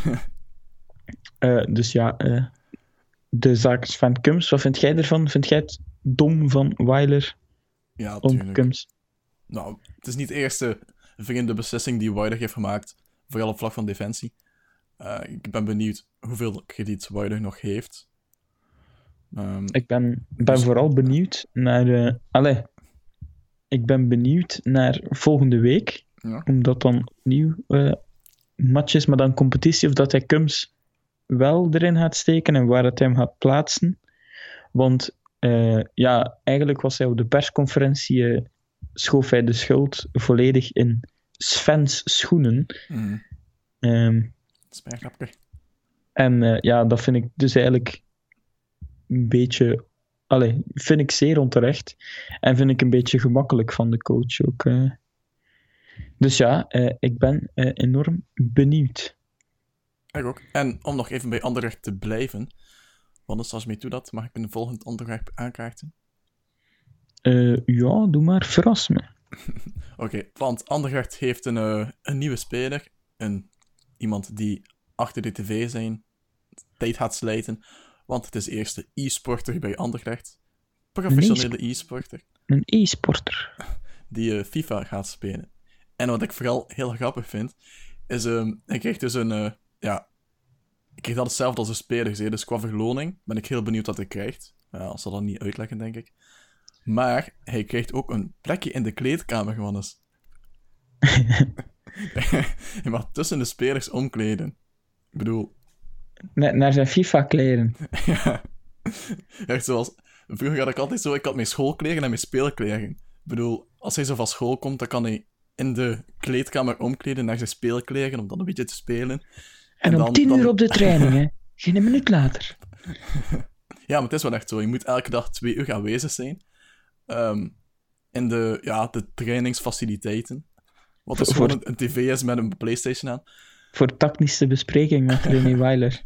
S2: uh, dus ja, uh, de zaak van Kums, wat vind jij ervan? Vind jij het dom van Weiler?
S1: Ja,
S2: om Kums?
S1: Nou, het is niet de eerste vreemde beslissing die Weiler heeft gemaakt, vooral op vlak van defensie. Uh, ik ben benieuwd hoeveel krediet Weiler nog heeft. Um,
S2: ik ben, ben dus... vooral benieuwd naar... Uh, allez, ik ben benieuwd naar volgende week.
S1: Ja.
S2: Omdat dan opnieuw uh, matches, maar dan competitie. Of dat hij Kums wel erin gaat steken en waar het hem gaat plaatsen. Want uh, ja, eigenlijk was hij op de persconferentie... Uh, schoof hij de schuld volledig in Sven's schoenen.
S1: Mm.
S2: Um,
S1: dat is mij grappig.
S2: En uh, ja, dat vind ik dus eigenlijk een beetje... Allee, vind ik zeer onterecht. En vind ik een beetje gemakkelijk van de coach ook. Uh. Dus ja, uh, ik ben uh, enorm benieuwd.
S1: Ik ook. En om nog even bij Anderlecht te blijven, want als je mee toe dat, mag ik een volgend onderwerp aankaarten?
S2: Uh, ja, doe maar. Verras me.
S1: Oké, okay, want Anderlecht heeft een, uh, een nieuwe speler. Een, iemand die achter de tv zijn tijd gaat slijten. Want het is de eerste e-sporter bij Anderlecht. Professionele e- e-sporter.
S2: Een e-sporter.
S1: Die uh, FIFA gaat spelen. En wat ik vooral heel grappig vind, is... Um, hij krijgt dus een... Uh, ja... Ik krijg dat hetzelfde als de spelers. Hè? Dus qua verloning ben ik heel benieuwd wat hij krijgt. Ja, als ze dat niet uitleggen, denk ik. Maar hij krijgt ook een plekje in de kleedkamer, Johannes. Hij mag tussen de spelers omkleden. Ik bedoel...
S2: Naar, naar zijn FIFA-kleren.
S1: Ja. Echt zoals... Vroeger had ik altijd zo... Ik had mijn schoolkleren en mijn speelkleren. Ik bedoel, als hij zo van school komt, dan kan hij in de kleedkamer omkleden naar zijn speelkleren, om dan een beetje te spelen.
S2: En, en om dan, tien uur dan... op de training, hè. Geen minuut later.
S1: Ja, maar het is wel echt zo. Je moet elke dag twee uur aanwezig zijn. Um, in de, ja, de trainingsfaciliteiten. Wat dus voor... gewoon een, een tv is met een PlayStation aan.
S2: Voor tactische bespreking met René Weiler.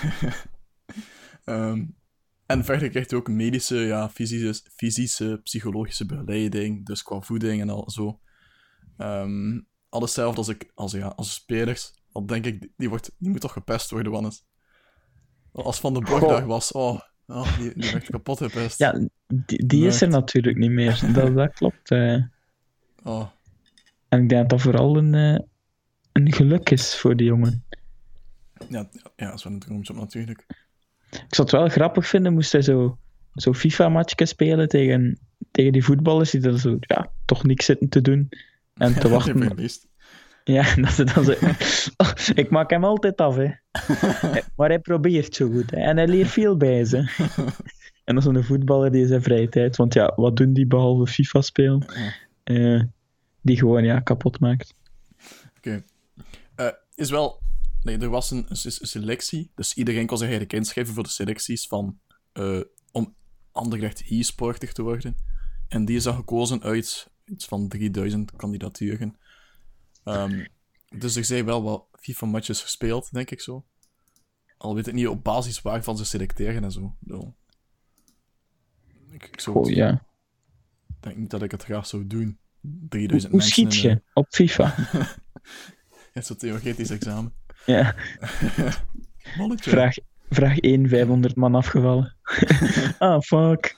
S1: um, en verder krijgt hij ook medische, ja, fysische, fysische, psychologische begeleiding. Dus qua voeding en al zo. Um, alles hetzelfde als, ik, als, ja, als spelers. Want denk ik, die, wordt, die moet toch gepest worden, Wannes. Als Van den Borg daar was, oh, oh die, die werd kapot gepest.
S2: Ja, die, die is er natuurlijk niet meer. Dat, dat klopt. Uh.
S1: Oh.
S2: En ik denk dat dat vooral een, uh, een geluk is voor die jongen.
S1: Ja, ja, dat is wel een droomjob natuurlijk.
S2: Ik zou het wel grappig vinden, moest hij zo, zo FIFA-matchjes spelen tegen, tegen die voetballers die er zo, ja, toch niks zitten te doen en te wachten. Ja, dat ze dan zo... Oh, ik maak hem altijd af, hè. Maar hij probeert zo goed, hè. En hij leert veel bij ze. En dat is een voetballer die zijn vrije tijd... Want ja, wat doen die behalve FIFA spelen? Uh, die gewoon, ja, kapot maakt.
S1: Oké. Okay. Uh, is wel... Nee, er was een, een, een selectie. Dus iedereen kon zich eigenlijk inschrijven voor de selecties van... Uh, om Anderlecht e-sporter te worden. En die is dan gekozen uit iets van drieduizend kandidaturen. Um, dus er zijn wel wat FIFA-matches gespeeld, denk ik zo. Al weet ik niet op basis waarvan ze selecteren en zo. No. Ik, ik zou
S2: oh, ja.
S1: denk niet dat ik het graag zou doen. drieduizend
S2: Hoe
S1: mensen
S2: schiet je
S1: in, uh...
S2: op FIFA?
S1: Ja, zo'n theoretisch examen.
S2: Ja. vraag, vraag één, vijfhonderd man afgevallen. Ah, fuck.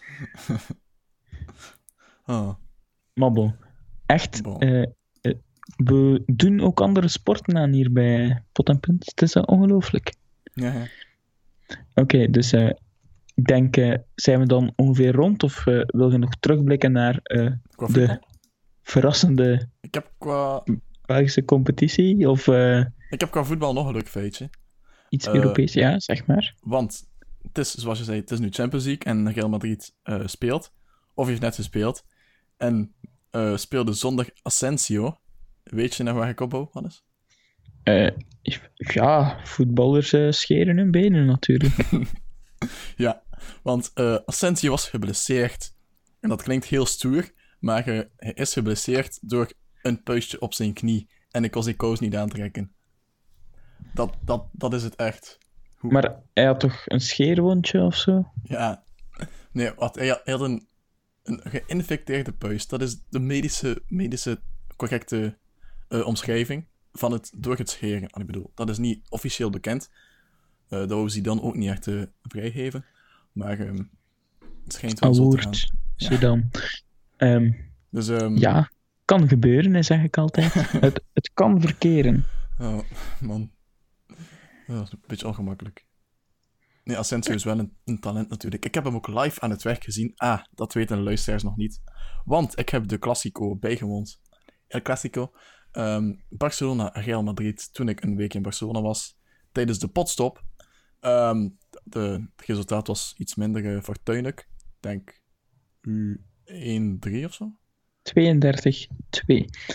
S1: Ah.
S2: Mabbel. Echt... Bon. Uh, We doen ook andere sporten aan hier bij Pot en Punt. Het is uh, ongelooflijk.
S1: Ja, ja.
S2: Oké, okay, dus uh, ik denk, uh, zijn we dan ongeveer rond? Of uh, wil je nog terugblikken naar uh, de verrassende
S1: ik heb qua...
S2: Belgische competitie? Of, uh,
S1: ik heb qua voetbal nog een leuk feitje.
S2: Iets uh, Europees, ja, zeg maar.
S1: Want het is, zoals je zei, het is nu Champions League en Real Madrid uh, speelt. Of heeft net gespeeld. En uh, speelde zondag Asensio. Weet je naar waar ik opbouw, Hannes?
S2: Uh, ja, voetballers uh, scheren hun benen natuurlijk.
S1: Ja, want uh, Asensio was geblesseerd. En dat klinkt heel stoer, maar uh, hij is geblesseerd door een puistje op zijn knie. En ik kon zijn kous niet aantrekken. Dat, dat, dat is het echt.
S2: Hoe... Maar hij had toch een scheerwondje of zo?
S1: Ja. Nee, wat, hij, had, hij had een, een geïnfecteerde puist. Dat is de medische, medische correcte... Uh, omschrijving van het door het scheren. Ik bedoel, dat is niet officieel bekend. Uh, dat wou ze dan ook niet echt uh, vrijgeven. Maar um, het schijnt wel
S2: Awoord,
S1: zo te gaan.
S2: Ja. Zie dan. Um,
S1: dus, um,
S2: ja, kan gebeuren, hè, zeg ik altijd. het, het kan verkeren.
S1: Oh, man. Dat is een beetje ongemakkelijk. Nee, Asensio is wel een, een talent natuurlijk. Ik heb hem ook live aan het werk gezien. Ah, dat weten de luisteraars nog niet. Want ik heb de Classico bijgewoond. El Clasico. Um, Barcelona, Real Madrid, toen ik een week in Barcelona was, tijdens de potstop. Um, de, het resultaat was iets minder uh, fortuinlijk. Ik denk één drie of zo.
S2: tweeëndertig twee.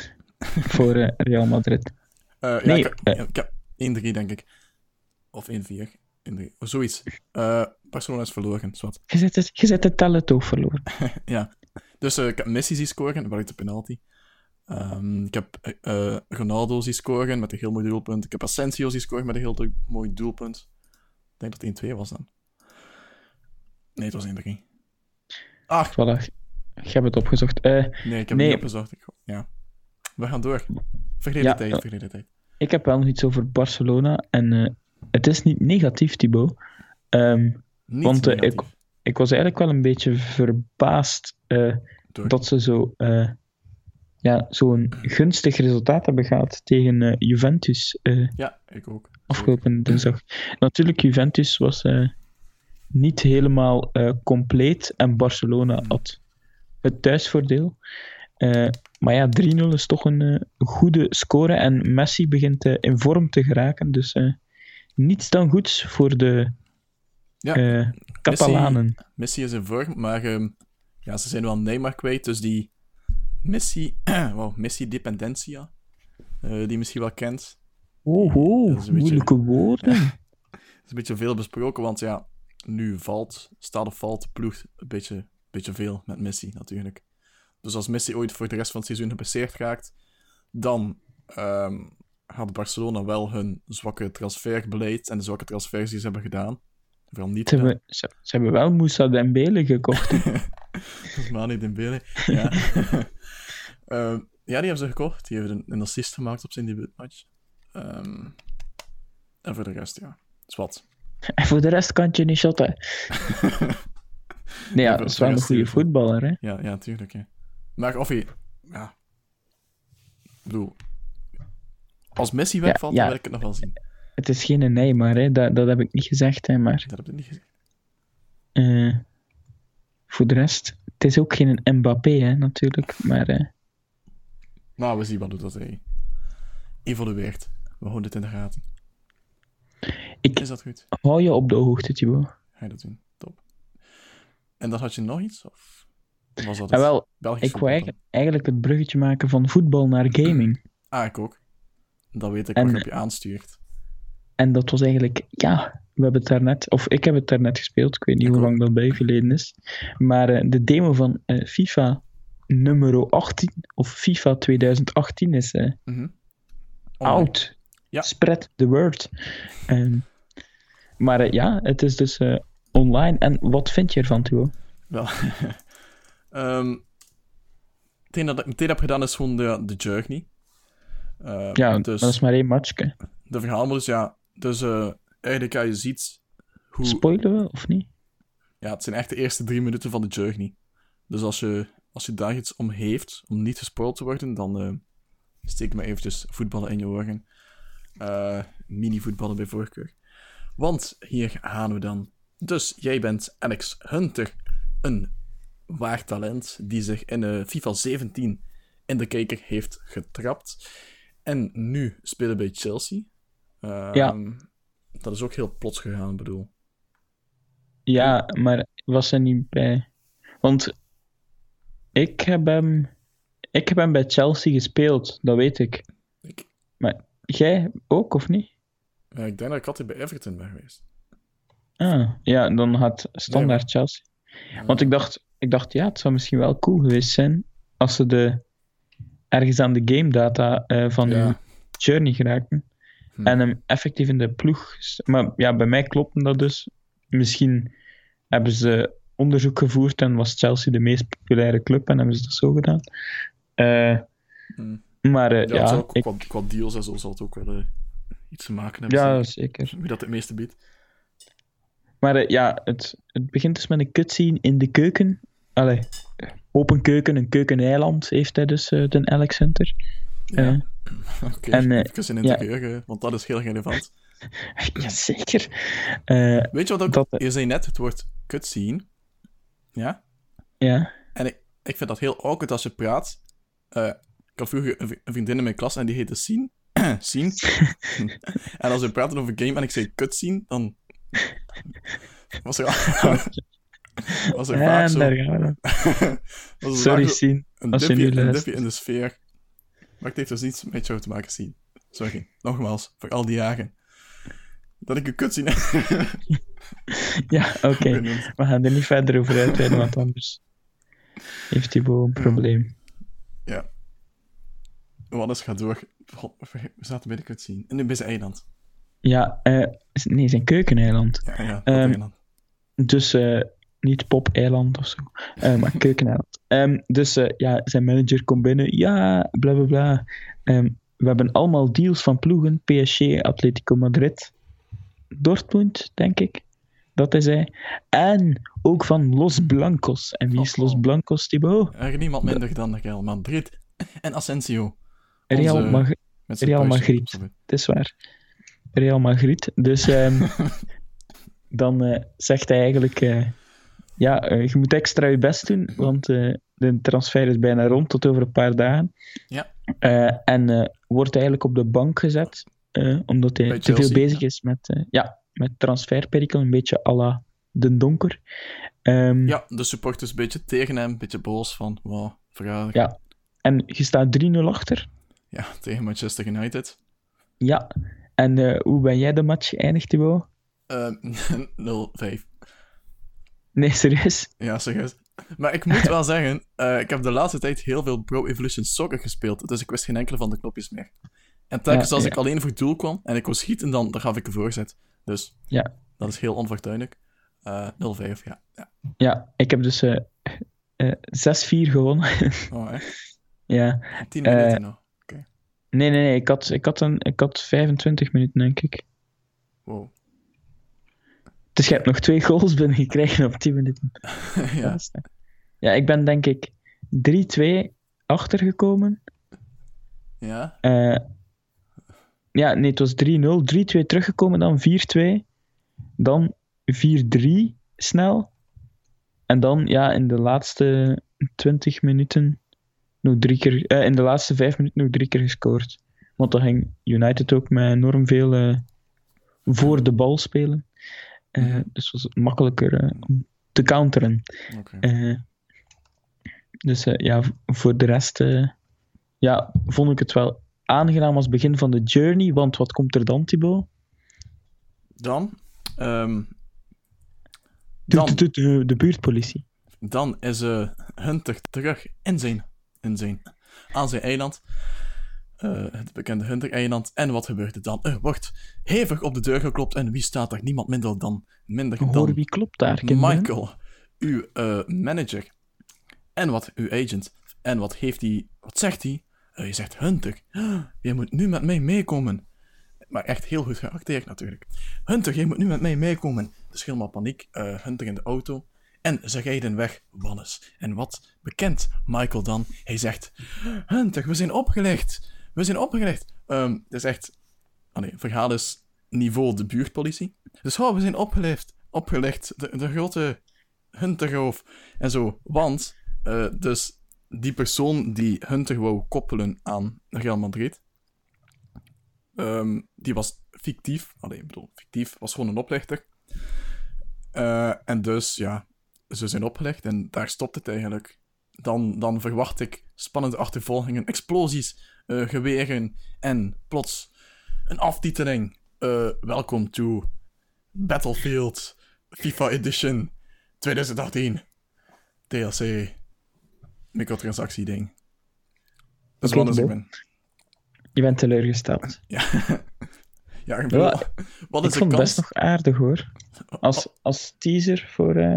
S2: voor uh, Real Madrid.
S1: Uh,
S2: nee,
S1: ja, ik,
S2: uh,
S1: ja, ik heb één drie, denk ik. Of één vier. één drie. Of zoiets. Uh, Barcelona is verloren, zwart.
S2: Je zet het, je zet het tellen toch verloren.
S1: Ja. Dus uh, ik heb Messi zien scoren, waar ik de penalty. Um, ik heb uh, Ronaldo zien scoren met een heel mooi doelpunt. Ik heb Asensio zien scoren met een heel do- mooi doelpunt. Ik denk dat het één twee was dan. Nee, het was één drie. Ah.
S2: Voilà. Ik heb het opgezocht. Uh,
S1: nee, ik heb
S2: nee.
S1: het niet opgezocht. Ik, ja. We gaan door. Verleden ja, tijd, verleden tijd.
S2: Ik heb wel nog iets over Barcelona. En uh, het is niet negatief, Thibaut. Um,
S1: niet
S2: want uh,
S1: negatief.
S2: ik, ik was eigenlijk wel een beetje verbaasd uh, dat ze zo... Uh, ja, zo'n gunstig resultaat hebben gehad tegen uh, Juventus. Uh,
S1: ja, ik ook.
S2: Afgelopen dinsdag. Natuurlijk, Juventus was uh, niet helemaal uh, compleet en Barcelona had het thuisvoordeel. Uh, maar ja, drie nul is toch een uh, goede score en Messi begint uh, in vorm te geraken. Dus uh, niets dan goeds voor de
S1: ja,
S2: uh, Catalanen.
S1: Messi, Messi is in vorm, maar um, ja, ze zijn wel Neymar kwijt, dus die Messi, wow, Messi-dependentia, uh, die je misschien wel kent.
S2: Oh, oh moeilijke beetje, woorden.
S1: Het is een beetje veel besproken, want ja, nu valt, staat of valt de ploeg een beetje, beetje veel met Messi natuurlijk. Dus als Messi ooit voor de rest van het seizoen geblesseerd raakt, dan um, gaat Barcelona wel hun zwakke transferbeleid en de zwakke transfers die ze hebben gedaan. Vooral niet
S2: ze, hebben, ze, ze hebben wel Moussa Dembele gekocht.
S1: Dat is Manu Dembele, ja. uh, ja, die hebben ze gekocht. Die hebben een, een assist gemaakt op zijn debuutmatch. Um, en voor de rest, ja. Dat is wat.
S2: En voor de rest kan je niet shotten. Nee, ja, dat is wel een goede voetballer, hè?
S1: Ja, ja, tuurlijk, hè. Maar of hij... Ja. Ik bedoel... Als Messi wegvalt, ja, ja. dan wil ik het nog wel zien.
S2: Het is geen Neymar, hè. Dat, dat heb ik niet gezegd, hè, maar...
S1: Dat heb ik niet gezegd.
S2: Uh, voor de rest... Het is ook geen Mbappé, hè, natuurlijk, maar... Uh...
S1: Nou, we zien wat doet dat hij evolueert. We houden het in de gaten.
S2: Ik
S1: is dat goed?
S2: Hou je op de hoogte, Thibaut.
S1: Ga je dat doen? Top. En dan had je nog iets? Of was dat
S2: ja, wel,
S1: Belgisch
S2: ik wou eigenlijk, eigenlijk het bruggetje maken van voetbal naar gaming.
S1: Ah, ik ook. Dan weet ik
S2: en,
S1: waarop je aanstuurt.
S2: En dat was eigenlijk... Ja, we hebben het daarnet... Of ik heb het daarnet gespeeld. Ik weet niet ik hoe ook. lang dat bij geleden is. Maar uh, de demo van uh, FIFA nummer achttien, of FIFA twintig achttien, is uh,
S1: mm-hmm.
S2: oud.
S1: Ja.
S2: Spread the word. Um, maar uh, ja, het is dus uh, online. En wat vind je ervan, Thuo?
S1: Wel... um, het enige dat ik meteen heb gedaan is gewoon de, de journey. Uh,
S2: ja,
S1: dus
S2: dat is maar één matchje.
S1: De verhaalmodus, ja. Dus uh, eigenlijk, ja, je ziet hoe...
S2: Spoilen we, of niet?
S1: Ja, het zijn echt de eerste drie minuten van de journey. Dus als je, als je daar iets om heeft, om niet gespoild te worden, dan uh, steek me eventjes voetballen in je ogen. Uh, mini-voetballen bij voorkeur. Want hier gaan we dan. Dus jij bent Alex Hunter, een waar talent die zich in uh, FIFA zeventien in de kijker heeft getrapt. En nu spelen bij Chelsea. Uh,
S2: ja.
S1: Dat is ook heel plots gegaan, bedoel.
S2: Ja, maar was er niet bij... Want ik heb hem... Ik heb hem bij Chelsea gespeeld, dat weet ik.
S1: ik...
S2: Maar jij ook, of niet?
S1: Ja, ik denk dat ik altijd bij Everton ben geweest.
S2: Ah, ja, dan had standaard nee, Chelsea. Ja. Want ik dacht, ik dacht, ja, het zou misschien wel cool geweest zijn als ze de ergens aan de game data uh, van ja. hun journey geraken. Hm. En hem effectief in de ploeg... Maar ja, bij mij klopte dat dus. Misschien hebben ze onderzoek gevoerd en was Chelsea de meest populaire club en hebben ze dat zo gedaan. Uh, hm. Maar uh, ja...
S1: ja ook,
S2: ik...
S1: qua, qua deals en zo zal het ook wel uh, iets te maken hebben.
S2: Ja, zeker.
S1: Wie dat het meeste biedt.
S2: Maar uh, ja, het, het begint dus met een cutscene in de keuken. Allee, open keuken, een keukeneiland heeft hij dus, uh, de Alex Hunter.
S1: Ja. Uh, Oké, okay, uh, even in interieur, ja. Want dat is heel relevant.
S2: Jazeker. Uh,
S1: Weet je wat ook? Dat, je zei net het woord cutscene. Ja?
S2: Ja.
S1: En ik, ik vind dat heel awkward als je praat. Uh, ik had vroeger een vriendin in mijn klas en die heette Sien. Sien. En als we praten over game en ik zei cutscene, dan... was er... was er vaak zo...
S2: Daar gaan we. Sorry, Sien.
S1: Een dipje, een dipje in de sfeer. Maar het heeft dus niets met jou te maken, zien. Sorry, nogmaals, voor al die jaren. Dat ik een kut zie.
S2: Ja, oké. Okay. We gaan er niet verder over uitweiden, want anders heeft Thibaut een probleem.
S1: Ja. Wannes gaat door. We zaten bij de kut zien. En nu bij zijn eiland.
S2: Ja, uh, nee, zijn keukeneiland.
S1: Ja, ja, dat um, eiland.
S2: Dus uh, niet Pop-eiland of zo, uh, maar keukeneiland. Um, dus uh, ja, zijn manager komt binnen. Ja, bla bla bla. Um, we hebben allemaal deals van ploegen. P S G, Atletico Madrid, Dortmund, denk ik. Dat is hij. En ook van Los Blancos. En wie is Los Blancos, Thibaut?
S1: Er is niemand minder de... dan Real Madrid en Asensio.
S2: Real, Onze... Mag... Real Madrid, het is waar. Real Madrid. Dus um, dan uh, zegt hij eigenlijk... Uh, ja, uh, je moet extra je best doen, want uh, de transfer is bijna rond, tot over een paar dagen.
S1: Ja.
S2: Uh, en uh, wordt eigenlijk op de bank gezet, uh, omdat hij
S1: Bij
S2: te
S1: Chelsea,
S2: veel bezig
S1: ja.
S2: is met, uh, ja, met transferperikel, een beetje à la Den Donker. Um,
S1: ja, de supporters een beetje tegen hem, een beetje boos van, wow, verrader.
S2: Ja, en je staat drie nul achter.
S1: Ja, tegen Manchester United.
S2: Ja, en uh, hoe ben jij de match geëindigd, Thibaut?
S1: Uh, nul vijf.
S2: Nee, serieus?
S1: Ja, serieus. Maar ik moet wel zeggen, uh, ik heb de laatste tijd heel veel Pro Evolution Soccer gespeeld, dus ik wist geen enkele van de knopjes meer. En telkens ja, als ja. ik alleen voor het doel kwam en ik wou schieten, dan, dan gaf ik een voorzet. Dus
S2: ja.
S1: dat is heel onfortuinlijk. Uh, nul vijf, ja. ja.
S2: Ja, ik heb dus uh, uh, zes vier gewonnen.
S1: Oh, echt?
S2: Ja.
S1: tien minuten
S2: uh,
S1: nog. Okay.
S2: Nee, nee, nee. Ik had, ik, had een, ik had vijfentwintig minuten, denk ik.
S1: Wow.
S2: Dus je hebt nog twee goals binnengekregen op tien minuten.
S1: Ja.
S2: Ja, ik ben denk ik drie twee achtergekomen.
S1: Ja?
S2: Uh, ja, nee, het was drie nul. drie twee teruggekomen, dan vier twee. Dan vier drie snel. En dan, ja, in de laatste twintig minuten nog drie keer... Uh, in de laatste vijf minuten nog drie keer gescoord. Want dan ging United ook met enorm veel uh, voor de bal spelen. Uh, mm-hmm. Dus was het makkelijker uh, om te counteren.
S1: Okay.
S2: Uh, dus uh, ja, voor de rest uh, ja, vond ik het wel aangenaam als begin van de journey. Want wat komt er dan, Thibaut?
S1: Dan? Um,
S2: dan de, de, de, de buurtpolitie.
S1: Dan is uh, Hunter terug in zijn, in zijn, aan zijn eiland. Uh, het bekende Hunter-eiland. En wat gebeurt er dan? Er wordt hevig op de deur geklopt. En wie staat er? Niemand minder dan... Minder
S2: Hoor,
S1: dan
S2: wie klopt daar?
S1: Michael, uw uh, manager. En wat uw agent. En wat heeft hij... Wat zegt hij? Uh, je zegt, Hunter, je moet nu met mij meekomen. Maar echt heel goed geacteerd natuurlijk. Hunter, je moet nu met mij meekomen. Dus helemaal paniek. Uh, Hunter in de auto. En ze rijden weg, Wannes. En wat bekent Michael dan? Hij zegt, Hunter, we zijn opgelicht. We zijn opgelicht. Um, het is echt... Oh nee, verhaal is niveau de buurtpolitie. Dus oh, we zijn opgelicht. Opgelicht. De, de grote Hunterroof. En zo. Want, uh, dus die persoon die Hunter wou koppelen aan Real Madrid, um, die was fictief. Allee, ik bedoel, fictief. Was gewoon een oplichter. Uh, en dus, ja, ze zijn opgelegd en daar stopt het eigenlijk. Dan, dan verwacht ik spannende achtervolgingen, explosies, uh, geweren en plots een aftiteling. Uh, welcome to Battlefield FIFA Edition twintig achttien. D L C. Microtransactie ding. Dat is wat als ik ben.
S2: Je bent teleurgesteld.
S1: Ja. Ja, ik bedoel,
S2: ja,
S1: wat is
S2: ik vond
S1: het
S2: best nog aardig, hoor. Als, als teaser voor... Uh...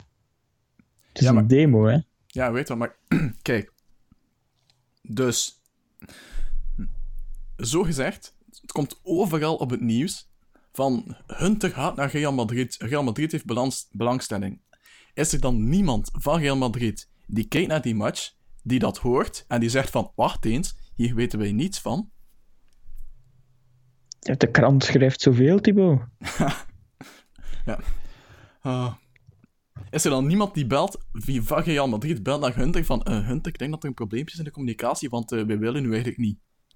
S2: Het is ja, maar... een demo, hè.
S1: Ja, weet wel, maar... Kijk. Dus... Zo gezegd, het komt overal op het nieuws van Hunter gaat naar Real Madrid. Real Madrid heeft balans, belangstelling. Is er dan niemand van Real Madrid die kijkt naar die match, die dat hoort en die zegt van, wacht eens, hier weten wij niets van?
S2: Ja, de krant schrijft zoveel, Thibaut.
S1: Ja. Uh, is er dan niemand die belt, wie van Real Madrid belt naar Hunter van, uh, Hunter, ik denk dat er een probleempje is in de communicatie, want uh, wij willen nu eigenlijk niet.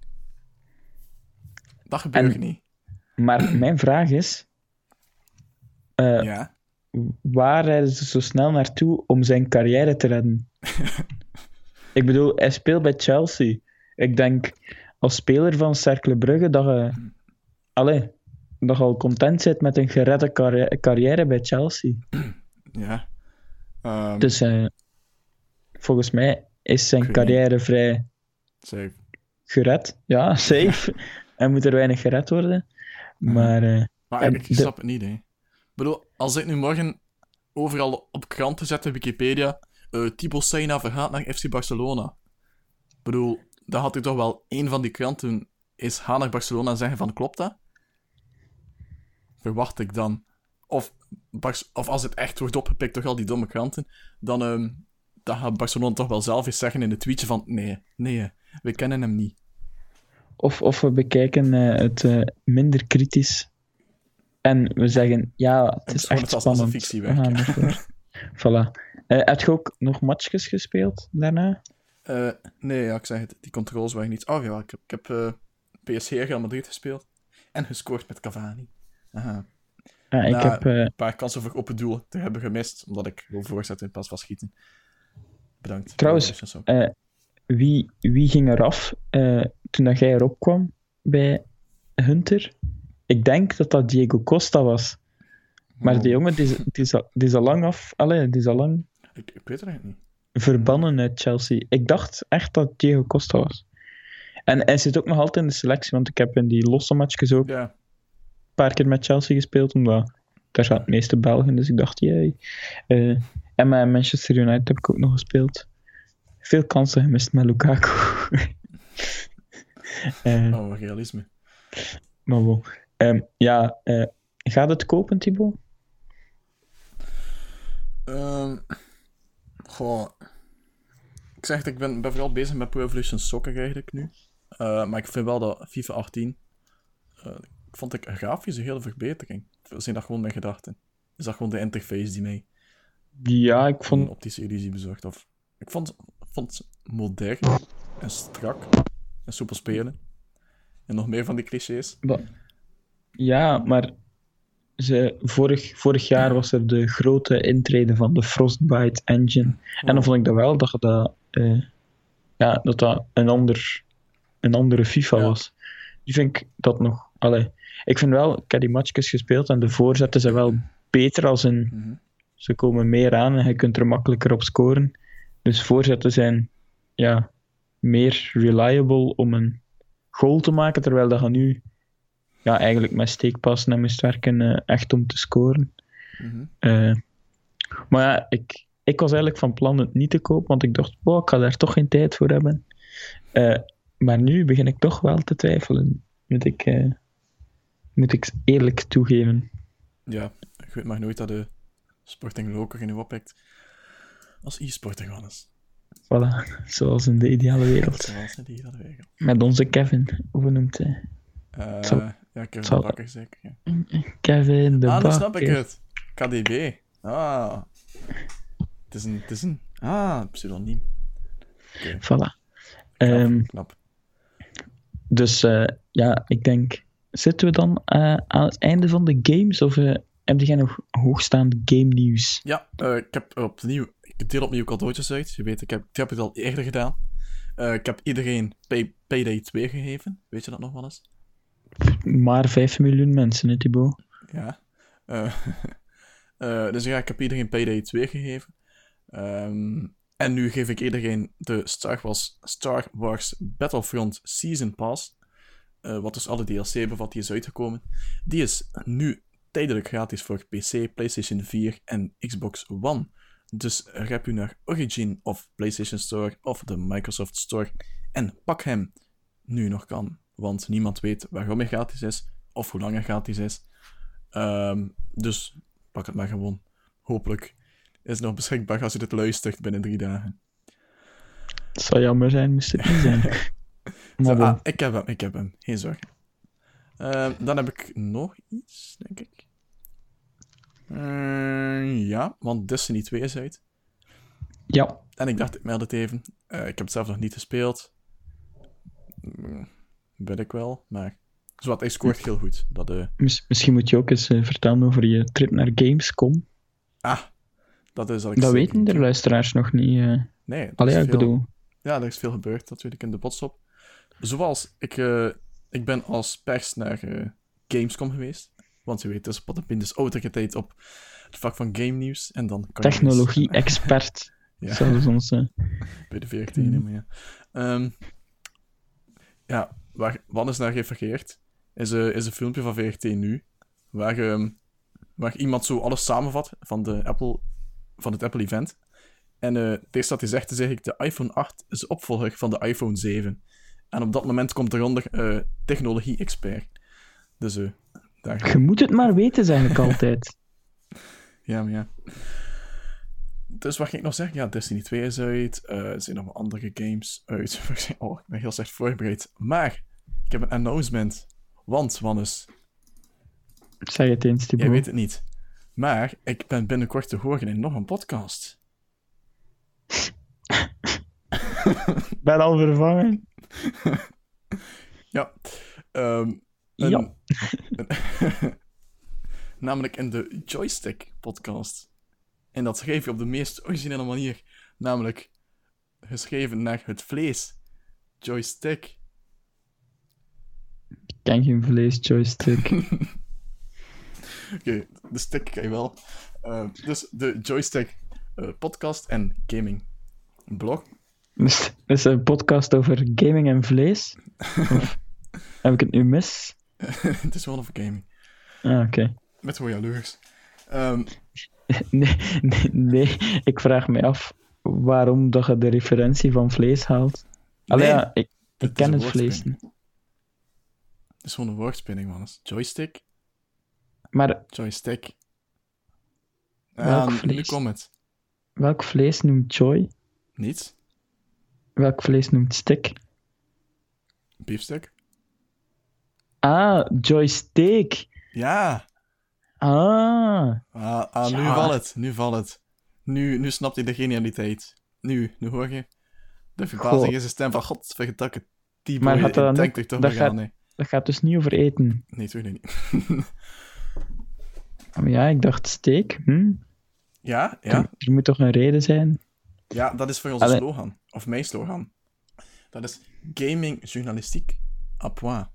S1: Dat gebeurt en, niet.
S2: Maar mijn vraag is... Uh,
S1: ja?
S2: Waar rijden ze zo snel naartoe om zijn carrière te redden? Ik bedoel, hij speelt bij Chelsea. Ik denk, als speler van Cercle Brugge, dat je... Allee, dat je al content bent met een geredde carri- carrière bij Chelsea.
S1: Ja. Um,
S2: Dus uh, volgens mij is zijn carrière vrij...
S1: Safe.
S2: Gered. Ja, safe. En moet er weinig gered worden. Maar... Uh,
S1: maar eigenlijk, ik snap de... het niet, hè. Ik bedoel, als ik nu morgen overal op kranten zet, Wikipedia... Uh, Thibaut Seyna vergaat naar F C Barcelona. Ik bedoel, dan had ik toch wel één van die kranten is gaan naar Barcelona en zeggen van, klopt dat? Verwacht ik dan. Of, Bar- of als het echt wordt opgepikt door al die domme kranten, dan, um, dan gaat Barcelona toch wel zelf eens zeggen in het tweetje van, nee, nee, we kennen hem niet.
S2: Of, of we bekijken uh, het uh, minder kritisch en we zeggen, ja, het is echt het spannend.
S1: Als een fictie weg.
S2: Voilà. Uh, heb je ook nog matchjes gespeeld daarna?
S1: Uh, nee, ja, ik zeg het. Die controls waren niet... Oh ja, ik heb, ik heb uh, P S G Real Madrid gespeeld. En gescoord met Cavani. Aha.
S2: Ah, ik
S1: Na
S2: heb... Uh...
S1: een paar kansen voor open doel te hebben gemist, omdat ik wil voorzetten in plaats van schieten. Bedankt.
S2: Trouwens, uh, wie, wie ging eraf uh, toen dat jij erop kwam bij Hunter? Ik denk dat dat Diego Costa was. Maar oh. die jongen, die is, die, is al, die is al lang af... Allee, die is al lang...
S1: Ik, ik weet het eigenlijk niet.
S2: Verbannen uit Chelsea. Ik dacht echt dat Diego Costa was. En hij zit ook nog altijd in de selectie, want ik heb in die losse matchjes ook
S1: ja.
S2: een paar keer met Chelsea gespeeld, omdat daar zaten de meeste Belgen, dus ik dacht, jee. Uh, en met Manchester United heb ik ook nog gespeeld. Veel kansen gemist met Lukaku.
S1: uh, oh, realisme.
S2: Maar bon. Um, ja, uh, gaat het kopen, Thibaut?
S1: Um, goh... Ik zeg het, ik ben, ben vooral bezig met Pro Evolution Soccer eigenlijk nu. Uh, maar ik vind wel dat FIFA achttien... Uh, ik vond ik grafisch een hele verbetering. Zijn dat gewoon mijn gedachten? Is dat gewoon de interface die mij...
S2: Ja, ik vond...
S1: een optische illusie bezorgd? Of... Ik vond, vond het modern en strak en soepel spelen. En nog meer van die clichés.
S2: Ba- ja, maar... Ze, vorig, vorig jaar was er de grote intrede van de Frostbite engine. Oh. En dan vond ik dat wel dat dat, uh, ja, dat, dat een, ander, een andere FIFA ja. was. Nu vind ik dat nog... Allee, ik vind wel, ik heb die matchjes gespeeld en de voorzetten zijn wel beter als een... Mm-hmm. Ze komen meer aan en je kunt er makkelijker op scoren. Dus voorzetten zijn ja, meer reliable om een goal te maken, terwijl dat je nu... Ja, eigenlijk met steekpassen en moest werken uh, echt om te scoren. Mm-hmm. Uh, maar ja, ik, ik was eigenlijk van plan het niet te kopen, want ik dacht, wow, ik ga daar toch geen tijd voor hebben. Uh, maar nu begin ik toch wel te twijfelen. Moet ik, uh, moet ik eerlijk toegeven.
S1: Ja, ik weet maar nooit dat de Sporting Loker in u oppikt als e-sporter gewoon is.
S2: Voilà, zoals in de ideale wereld.
S1: Zoals in de ideale wereld.
S2: Met onze Kevin, hoe noemt hij?
S1: Uh,
S2: Zal...
S1: Ja, Kevin
S2: Zal...
S1: de Bakker zeker. Ja.
S2: Kevin de
S1: ah,
S2: Bakker.
S1: Ah, snap ik het. K D B. Ah. Het is een... Het is een... Ah, pseudoniem. Okay.
S2: Voilà.
S1: Knap,
S2: um,
S1: knap.
S2: Dus uh, ja, ik denk... Zitten we dan uh, aan het einde van de games? Of uh, heb jij nog hoogstaande game nieuws?
S1: Ja, uh, ik heb opnieuw... Ik deel opnieuw cadeautjes uit. Je weet, ik heb, ik heb het al eerder gedaan. Uh, ik heb iedereen Pay, Payday twee gegeven. Weet je dat nog wel eens?
S2: Maar vijf miljoen mensen, hè, Thibaut?
S1: Ja. Uh, uh, dus ja, ik heb iedereen Payday twee gegeven. Um, en nu geef ik iedereen de Star Wars, Star Wars Battlefront Season Pass. Uh, wat dus alle D L C bevat, die is uitgekomen. Die is nu tijdelijk gratis voor P C, PlayStation vier en Xbox One. Dus rep u naar Origin of PlayStation Store of de Microsoft Store en pak hem nu nog kan. Want niemand weet waarom hij gratis is of hoe lang hij gratis is. Um, dus pak het maar gewoon. Hopelijk is het nog beschikbaar als je dit luistert binnen drie dagen.
S2: Het zou jammer zijn, moest het niet zijn.
S1: Zo, ah, ik heb hem, ik heb hem. Geen zorgen. Uh, dan heb ik nog iets, denk ik. Uh, ja, want Destiny twee is uit.
S2: Ja.
S1: En ik dacht, ik meld het even. Uh, ik heb het zelf nog niet gespeeld. Uh, weet ik wel, maar... Zowat, hij scoort heel goed. Dat, uh...
S2: Miss- misschien moet je ook eens uh, vertellen over je trip naar Gamescom.
S1: Ah, dat is... Dat,
S2: dat weten de luisteraars nog niet. Uh...
S1: Nee, dat
S2: Allee,
S1: is
S2: ik
S1: veel...
S2: bedoel...
S1: Ja, er is veel gebeurd, dat weet ik in de botstop. zoals, ik, uh, ik ben als pers naar uh, Gamescom geweest. Want je weet, dus Pot en Pint is autoriteit op het vak van game nieuws. En dan kan
S2: Technologie-expert.
S1: Ja.
S2: Zoals onze...
S1: Bij de V R T, mm. maar ja. Um, ja, waar Wannes naar refereert, is, uh, is een filmpje van V R T nu, waar, um, waar iemand zo alles samenvat van, de Apple, van het Apple-event. En uh, het eerste wat hij zegt is eigenlijk, de iPhone acht is de opvolger van de iPhone zeven. En op dat moment komt eronder uh, technologie-expert. Dus uh, daar...
S2: Je moet het maar weten, zeg ik altijd.
S1: Ja, maar ja. Dus wat ging ik nog zeggen? Ja, Destiny twee is uit. Uh, er zijn nog wel andere games uit. Oh, ik ben heel slecht voorbereid. Maar, ik heb een announcement. Want, Wannes...
S2: Zeg het eens, Thibaut.
S1: Jij weet het niet. Maar, ik ben binnenkort te horen in nog een podcast.
S2: Ik ben al vervangen.
S1: Ja. Um, een,
S2: ja.
S1: Een, namelijk in de Joystick podcast. En dat schreef je op de meest originele manier. Namelijk geschreven naar het vlees. Joystick.
S2: Ik ken geen vlees, joystick.
S1: Oké, okay, de stick kan je wel. Uh, dus de Joystick uh, podcast en gaming blog.
S2: Dus is een podcast over gaming en vlees? Of heb ik het nu mis?
S1: Het is wel over gaming.
S2: Ah, oké. Okay.
S1: Met hoe jaloers. Um,
S2: nee, nee, nee, ik vraag me af waarom dat je de referentie van vlees haalt. Allee, nee, ja, ik, ik ken het vlees niet.
S1: Het is gewoon een woordspinning, man. Joystick.
S2: Maar...
S1: Joystick.
S2: Welk
S1: Ah,
S2: vlees?
S1: Nu komt het.
S2: Welk vlees noemt joy?
S1: Niets.
S2: Welk vlees noemt stick?
S1: Beefstick.
S2: Ah, joystick.
S1: Ja.
S2: Ah.
S1: Ah, ah nu
S2: ja.
S1: valt het. Nu valt het. Nu, nu snapt hij de genialiteit. Nu, nu hoor je. De verbazing is de stem van godverdakke. Die boy,
S2: maar dat
S1: denk ik toch
S2: dat
S1: nog
S2: gaat,
S1: aan, nee.
S2: Dat gaat dus niet over eten.
S1: Nee, toch niet.
S2: Maar ja, ik dacht steak. Hm?
S1: Ja, ja.
S2: Er, er moet toch een reden zijn?
S1: Ja, dat is voor onze
S2: Allee.
S1: slogan. Of mijn slogan. Dat is gaming journalistiek à point.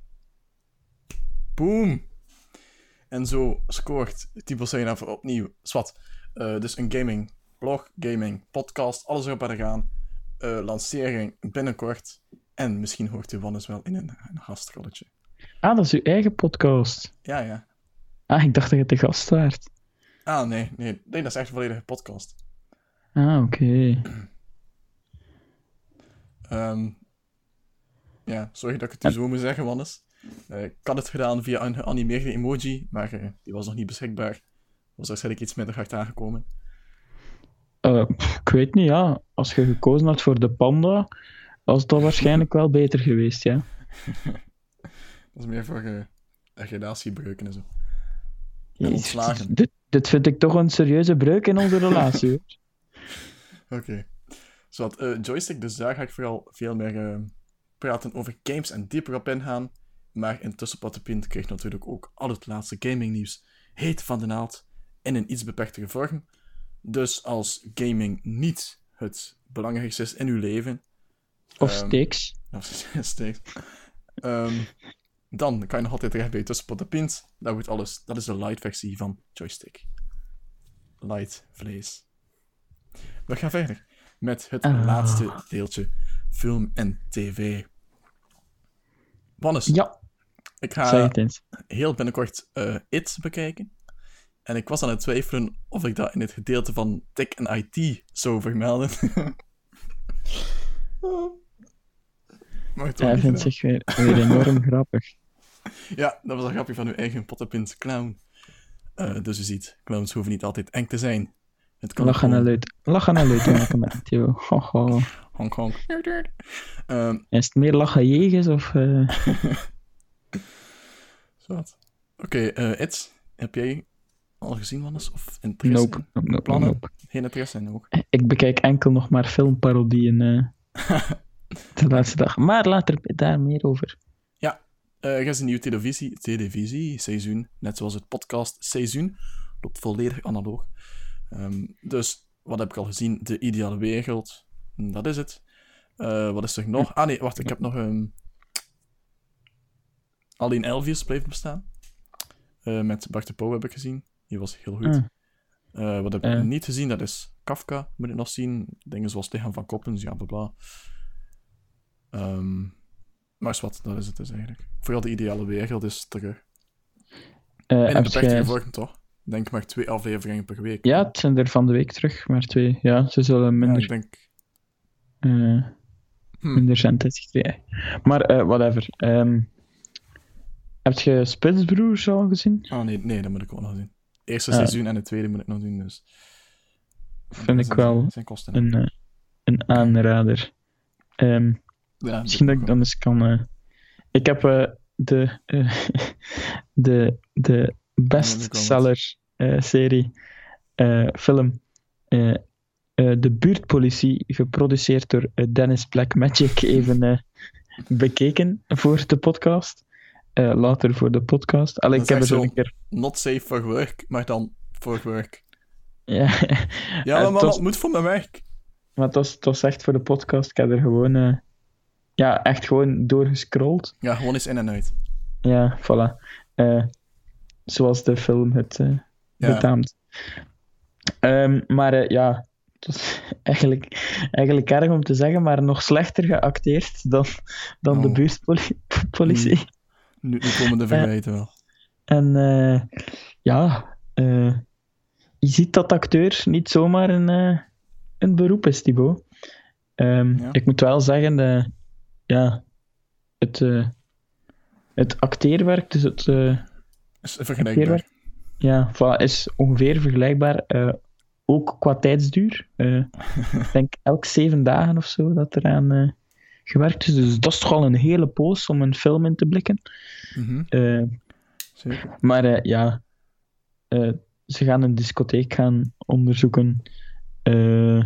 S1: Boom! En zo scoort Thibaut Seyna voor opnieuw. Swat. Uh, dus een gaming blog, gaming podcast, alles erop en eraan. Uh, lancering binnenkort. En misschien hoort u Wannes wel in een, een gastrolletje.
S2: Ah, dat is uw eigen podcast.
S1: Ja, ja.
S2: Ah, ik dacht dat je de gast waart.
S1: Ah, nee, nee. Nee, dat is echt een volledige podcast.
S2: Ah, oké. Okay.
S1: Um, ja, sorry dat ik het u zo moet zeggen, Wannes. Uh, ik had het gedaan via een geanimeerde emoji, maar uh, die was nog niet beschikbaar. Was waarschijnlijk iets minder hard aangekomen.
S2: Uh, ik weet niet, ja. Als je gekozen had voor de panda, was dat waarschijnlijk wel beter geweest, ja.
S1: Dat is meer voor uh, relatiebreuken en zo. En ontslagen.
S2: Dit, dit vind ik toch een serieuze breuk in onze relatie, hoor.
S1: Oké. Okay. Zowat, uh, joystick, dus daar ga ik vooral veel meer uh, praten over games en dieper op ingaan. Maar intussen Pot en Pint kreeg natuurlijk ook al het laatste gamingnieuws heet van de naald in een iets beperktere vorm. Dus als gaming niet het belangrijkste is in uw leven...
S2: Of um, steaks.
S1: Of steaks. um, dan kan je nog altijd terecht bij Tussen Pot en Pint. Dat wordt alles. Dat is de light versie van Joystick. Light vlees. We gaan verder met het uh. laatste deeltje film en tv. Wannes.
S2: Ja.
S1: Ik ga heel binnenkort uh, It bekijken. En ik was aan het twijfelen of ik dat in het gedeelte van tech en I T zou vermelden.
S2: maar Hij vindt zich weer, weer enorm grappig.
S1: Ja, dat was een grapje van uw eigen Pot en Pint clown. Uh, dus je ziet, clowns hoeven niet altijd eng te zijn.
S2: Lachen en luid. Lachen en luid maken met joh. Ho, ho.
S1: Honk, honk. Um,
S2: is het meer lachen jegens of... Uh...
S1: Oké, okay, uh, It, heb jij al gezien, Wannes? Of interesse?
S2: Nope, nope, nope,
S1: plannen?
S2: Nope.
S1: Geen interesse in ook.
S2: Ik bekijk enkel nog maar filmparodieën uh, de laatste dag. Maar later daar meer over.
S1: Ja, uh, er is een nieuw televisie, televisie-seizoen, net zoals het podcast-seizoen. Loopt volledig analoog. Um, dus, wat heb ik al gezien? De Ideale Wereld. Dat is het. Uh, wat is er nog? Ah nee, wacht, ik heb nog... Um, alleen Elvius blijft bestaan. Uh, met Bart de Pauw heb ik gezien. Die was heel goed.
S2: Mm.
S1: Uh, wat heb ik
S2: Uh.
S1: niet gezien, dat is Kafka, moet ik nog zien. Dingen zoals Lichaam van Koppens, ja, bla bla. Um, maar is wat, dat is het dus eigenlijk. Vooral de ideale wereld is terug.
S2: Uh,
S1: en een beperkte
S2: jij...
S1: gevolgen, toch? Ik denk maar twee afleveringen per week.
S2: Ja, het zijn er van de week terug, maar twee. Ja, ze zullen minder...
S1: Ja, ik denk...
S2: Uh,
S1: hmm.
S2: minder zendtijd gekregen. Maar, uh, whatever. Um, heb je Spitsbroers al gezien?
S1: Oh nee, nee, dat moet ik ook nog zien. Eerste
S2: uh,
S1: seizoen en het tweede moet ik nog doen, dus...
S2: Vind ik wel
S1: zijn kosten,
S2: een, uh, een aanrader. Um,
S1: ja,
S2: misschien dat ik dan eens kan... Uh, ik heb uh, de, uh, de, de bestseller-serie uh, film uh, uh, De Buurtpolitie, geproduceerd door uh, Dennis Blackmagic, even uh, bekeken voor de podcast. Uh, later voor de podcast. Allee, ik heb er zo een keer...
S1: Not safe for work, maar dan for work.
S2: Ja,
S1: ja maar, maar was... het moet voor mijn werk.
S2: Maar het was, het was echt voor de podcast. Ik heb er gewoon... Uh, ja, echt gewoon doorgescrolld.
S1: Ja, gewoon eens in en uit.
S2: Ja, voilà. Uh, zoals de film het uh, ja. betaamt. Um, maar uh, ja, het was eigenlijk, eigenlijk erg om te zeggen, maar nog slechter geacteerd dan, dan oh. de buurtpolitie.
S1: Nu, nu, nu komen de verwijten uh, wel.
S2: En uh, ja, uh, je ziet dat acteur niet zomaar een, uh, een beroep is, Thibaut. Um, ja. Ik moet wel zeggen, uh, ja, het, uh, het acteerwerk, dus het uh,
S1: is vergelijkbaar.
S2: Ja, voilà, is ongeveer vergelijkbaar. Uh, ook qua tijdsduur. Uh, ik denk elk zeven dagen of zo dat eraan uh, gewerkt is. Dus dat is toch al een hele poos om een film in te blikken.
S1: Mm-hmm.
S2: Uh,
S1: Zeker.
S2: Maar uh, ja, uh, ze gaan een discotheek gaan onderzoeken. Uh,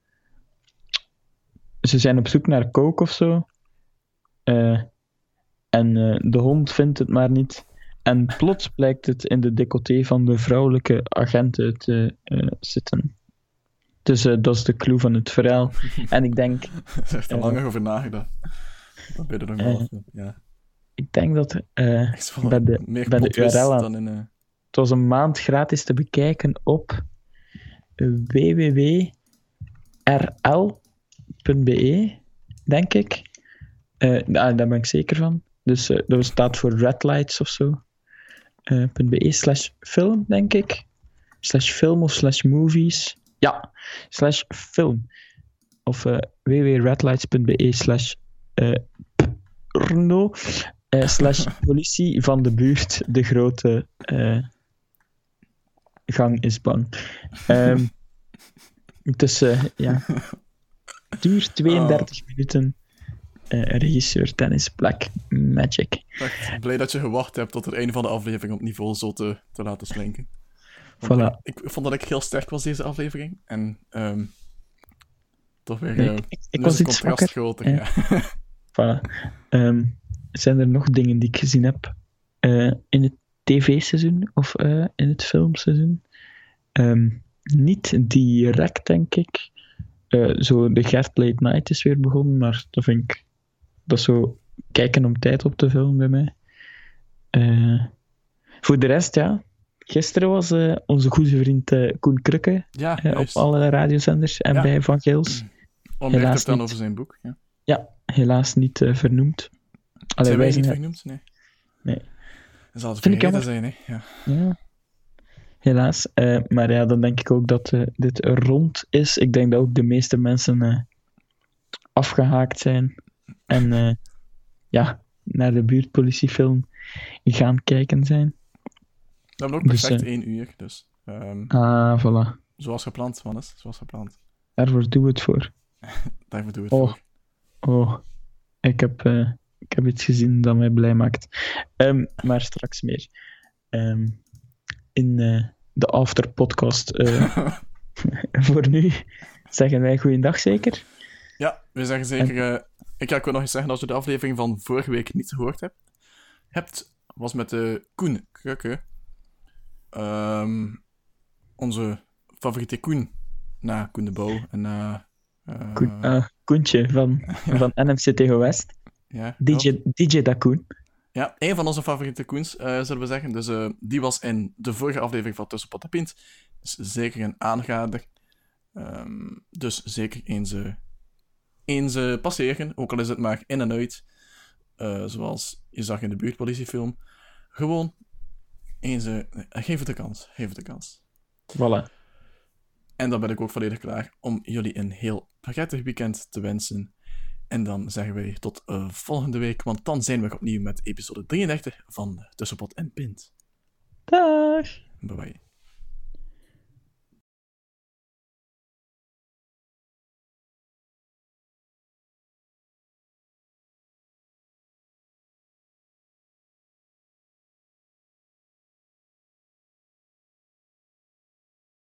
S2: ze zijn op zoek naar coke of zo. Uh, en uh, de hond vindt het maar niet. En plots blijkt het in de decolleté van de vrouwelijke agenten te uh, zitten. Dus uh, dat is de clue van het verhaal. En ik denk...
S1: Er is echt al uh, langer over nagedacht. Dat ben je er nog wel uh, ja.
S2: Ik denk dat uh, bij de, bij de U R L aan... In, uh... Het was een maand gratis te bekijken op w w w punt r l punt b e, denk ik. Uh, nou, daar ben ik zeker van. Dus uh, dat staat voor Red Lights of zo. Uh, .be slash film, denk ik. Slash film of slash movies. Ja, slash film. Of uh, w w w punt redlights punt b e slash porno. Uh, slash politie van de buurt. De grote uh, gang is bang. Um, dus uh, ja. Het duurt tweeëndertig oh. minuten. Uh, regisseur Dennis Blackmagic.
S1: Echt blij dat je gewacht hebt tot het einde van de aflevering om het niveau zo te, te laten slinken.
S2: Voilà.
S1: Ik, ik vond dat ik heel sterk was deze aflevering. En um, toch weer uh,
S2: ik, ik, ik was
S1: het
S2: iets
S1: contrast
S2: zwakker.
S1: groter. Ja. Ja.
S2: Voilà. Um, zijn er nog dingen die ik gezien heb uh, in het tv-seizoen of uh, in het filmseizoen? Um, niet direct, denk ik. Uh, zo de Gert Late Night is weer begonnen, maar dat vind ik... Dat is zo kijken om tijd op te vullen bij mij. Uh, voor de rest, ja. Gisteren was uh, onze goede vriend uh, Koen Krukke
S1: ja,
S2: uh, op alle radiozenders en ja. bij Van Gils.
S1: Helaas dan niet, over zijn boek. Ja,
S2: ja helaas niet uh, vernoemd.
S1: Allee, zijn wij niet vernoemd? Nee.
S2: Nee.
S1: Dat zal het vergeten zijn, hè. Ja.
S2: ja. Helaas. Uh, maar ja, dan denk ik ook dat uh, dit rond is. Ik denk dat ook de meeste mensen uh, afgehaakt zijn. En uh, ja, naar de buurtpolitiefilm gaan kijken zijn.
S1: We hebben ook perfect dus, uh, één uur, dus... Um,
S2: ah, voilà.
S1: Zoals gepland, Wannes. Zoals gepland.
S2: Daarvoor doen we het voor.
S1: Daarvoor doen we het
S2: oh.
S1: voor.
S2: Oh, ik heb, uh, ik heb iets gezien dat mij blij maakt. Um, maar straks meer. Um, in uh, de afterpodcast. Uh, voor nu zeggen wij goeiedag zeker?
S1: Ja, we zeggen zeker... En... Uh, ik ga ook nog eens zeggen, als je de aflevering van vorige week niet gehoord hebt, hebt was met de Koen Krukke. Um, onze favoriete Koen. Na Koen de Bouw en na... Uh...
S2: Koen, uh, Koentje van, van N M C T G West.
S1: Ja,
S2: D J, D J Da Koen.
S1: Ja, een van onze favoriete Koens, uh, zullen we zeggen. Dus uh, die was in de vorige aflevering van Tussen Pot en Pint. Dus zeker een aanrader. Um, dus zeker eens, uh, eens uh, passeren, ook al is het maar in en uit. Uh, zoals je zag in de buurtpolitiefilm. Gewoon eens, uh, geef het de kans. Geef het de kans.
S2: Voilà.
S1: En dan ben ik ook volledig klaar om jullie een heel prettig weekend te wensen. En dan zeggen wij tot uh, volgende week, want dan zijn we opnieuw met episode drieëndertig van Tussen Pot en Pint.
S2: Dag!
S1: Bye bye.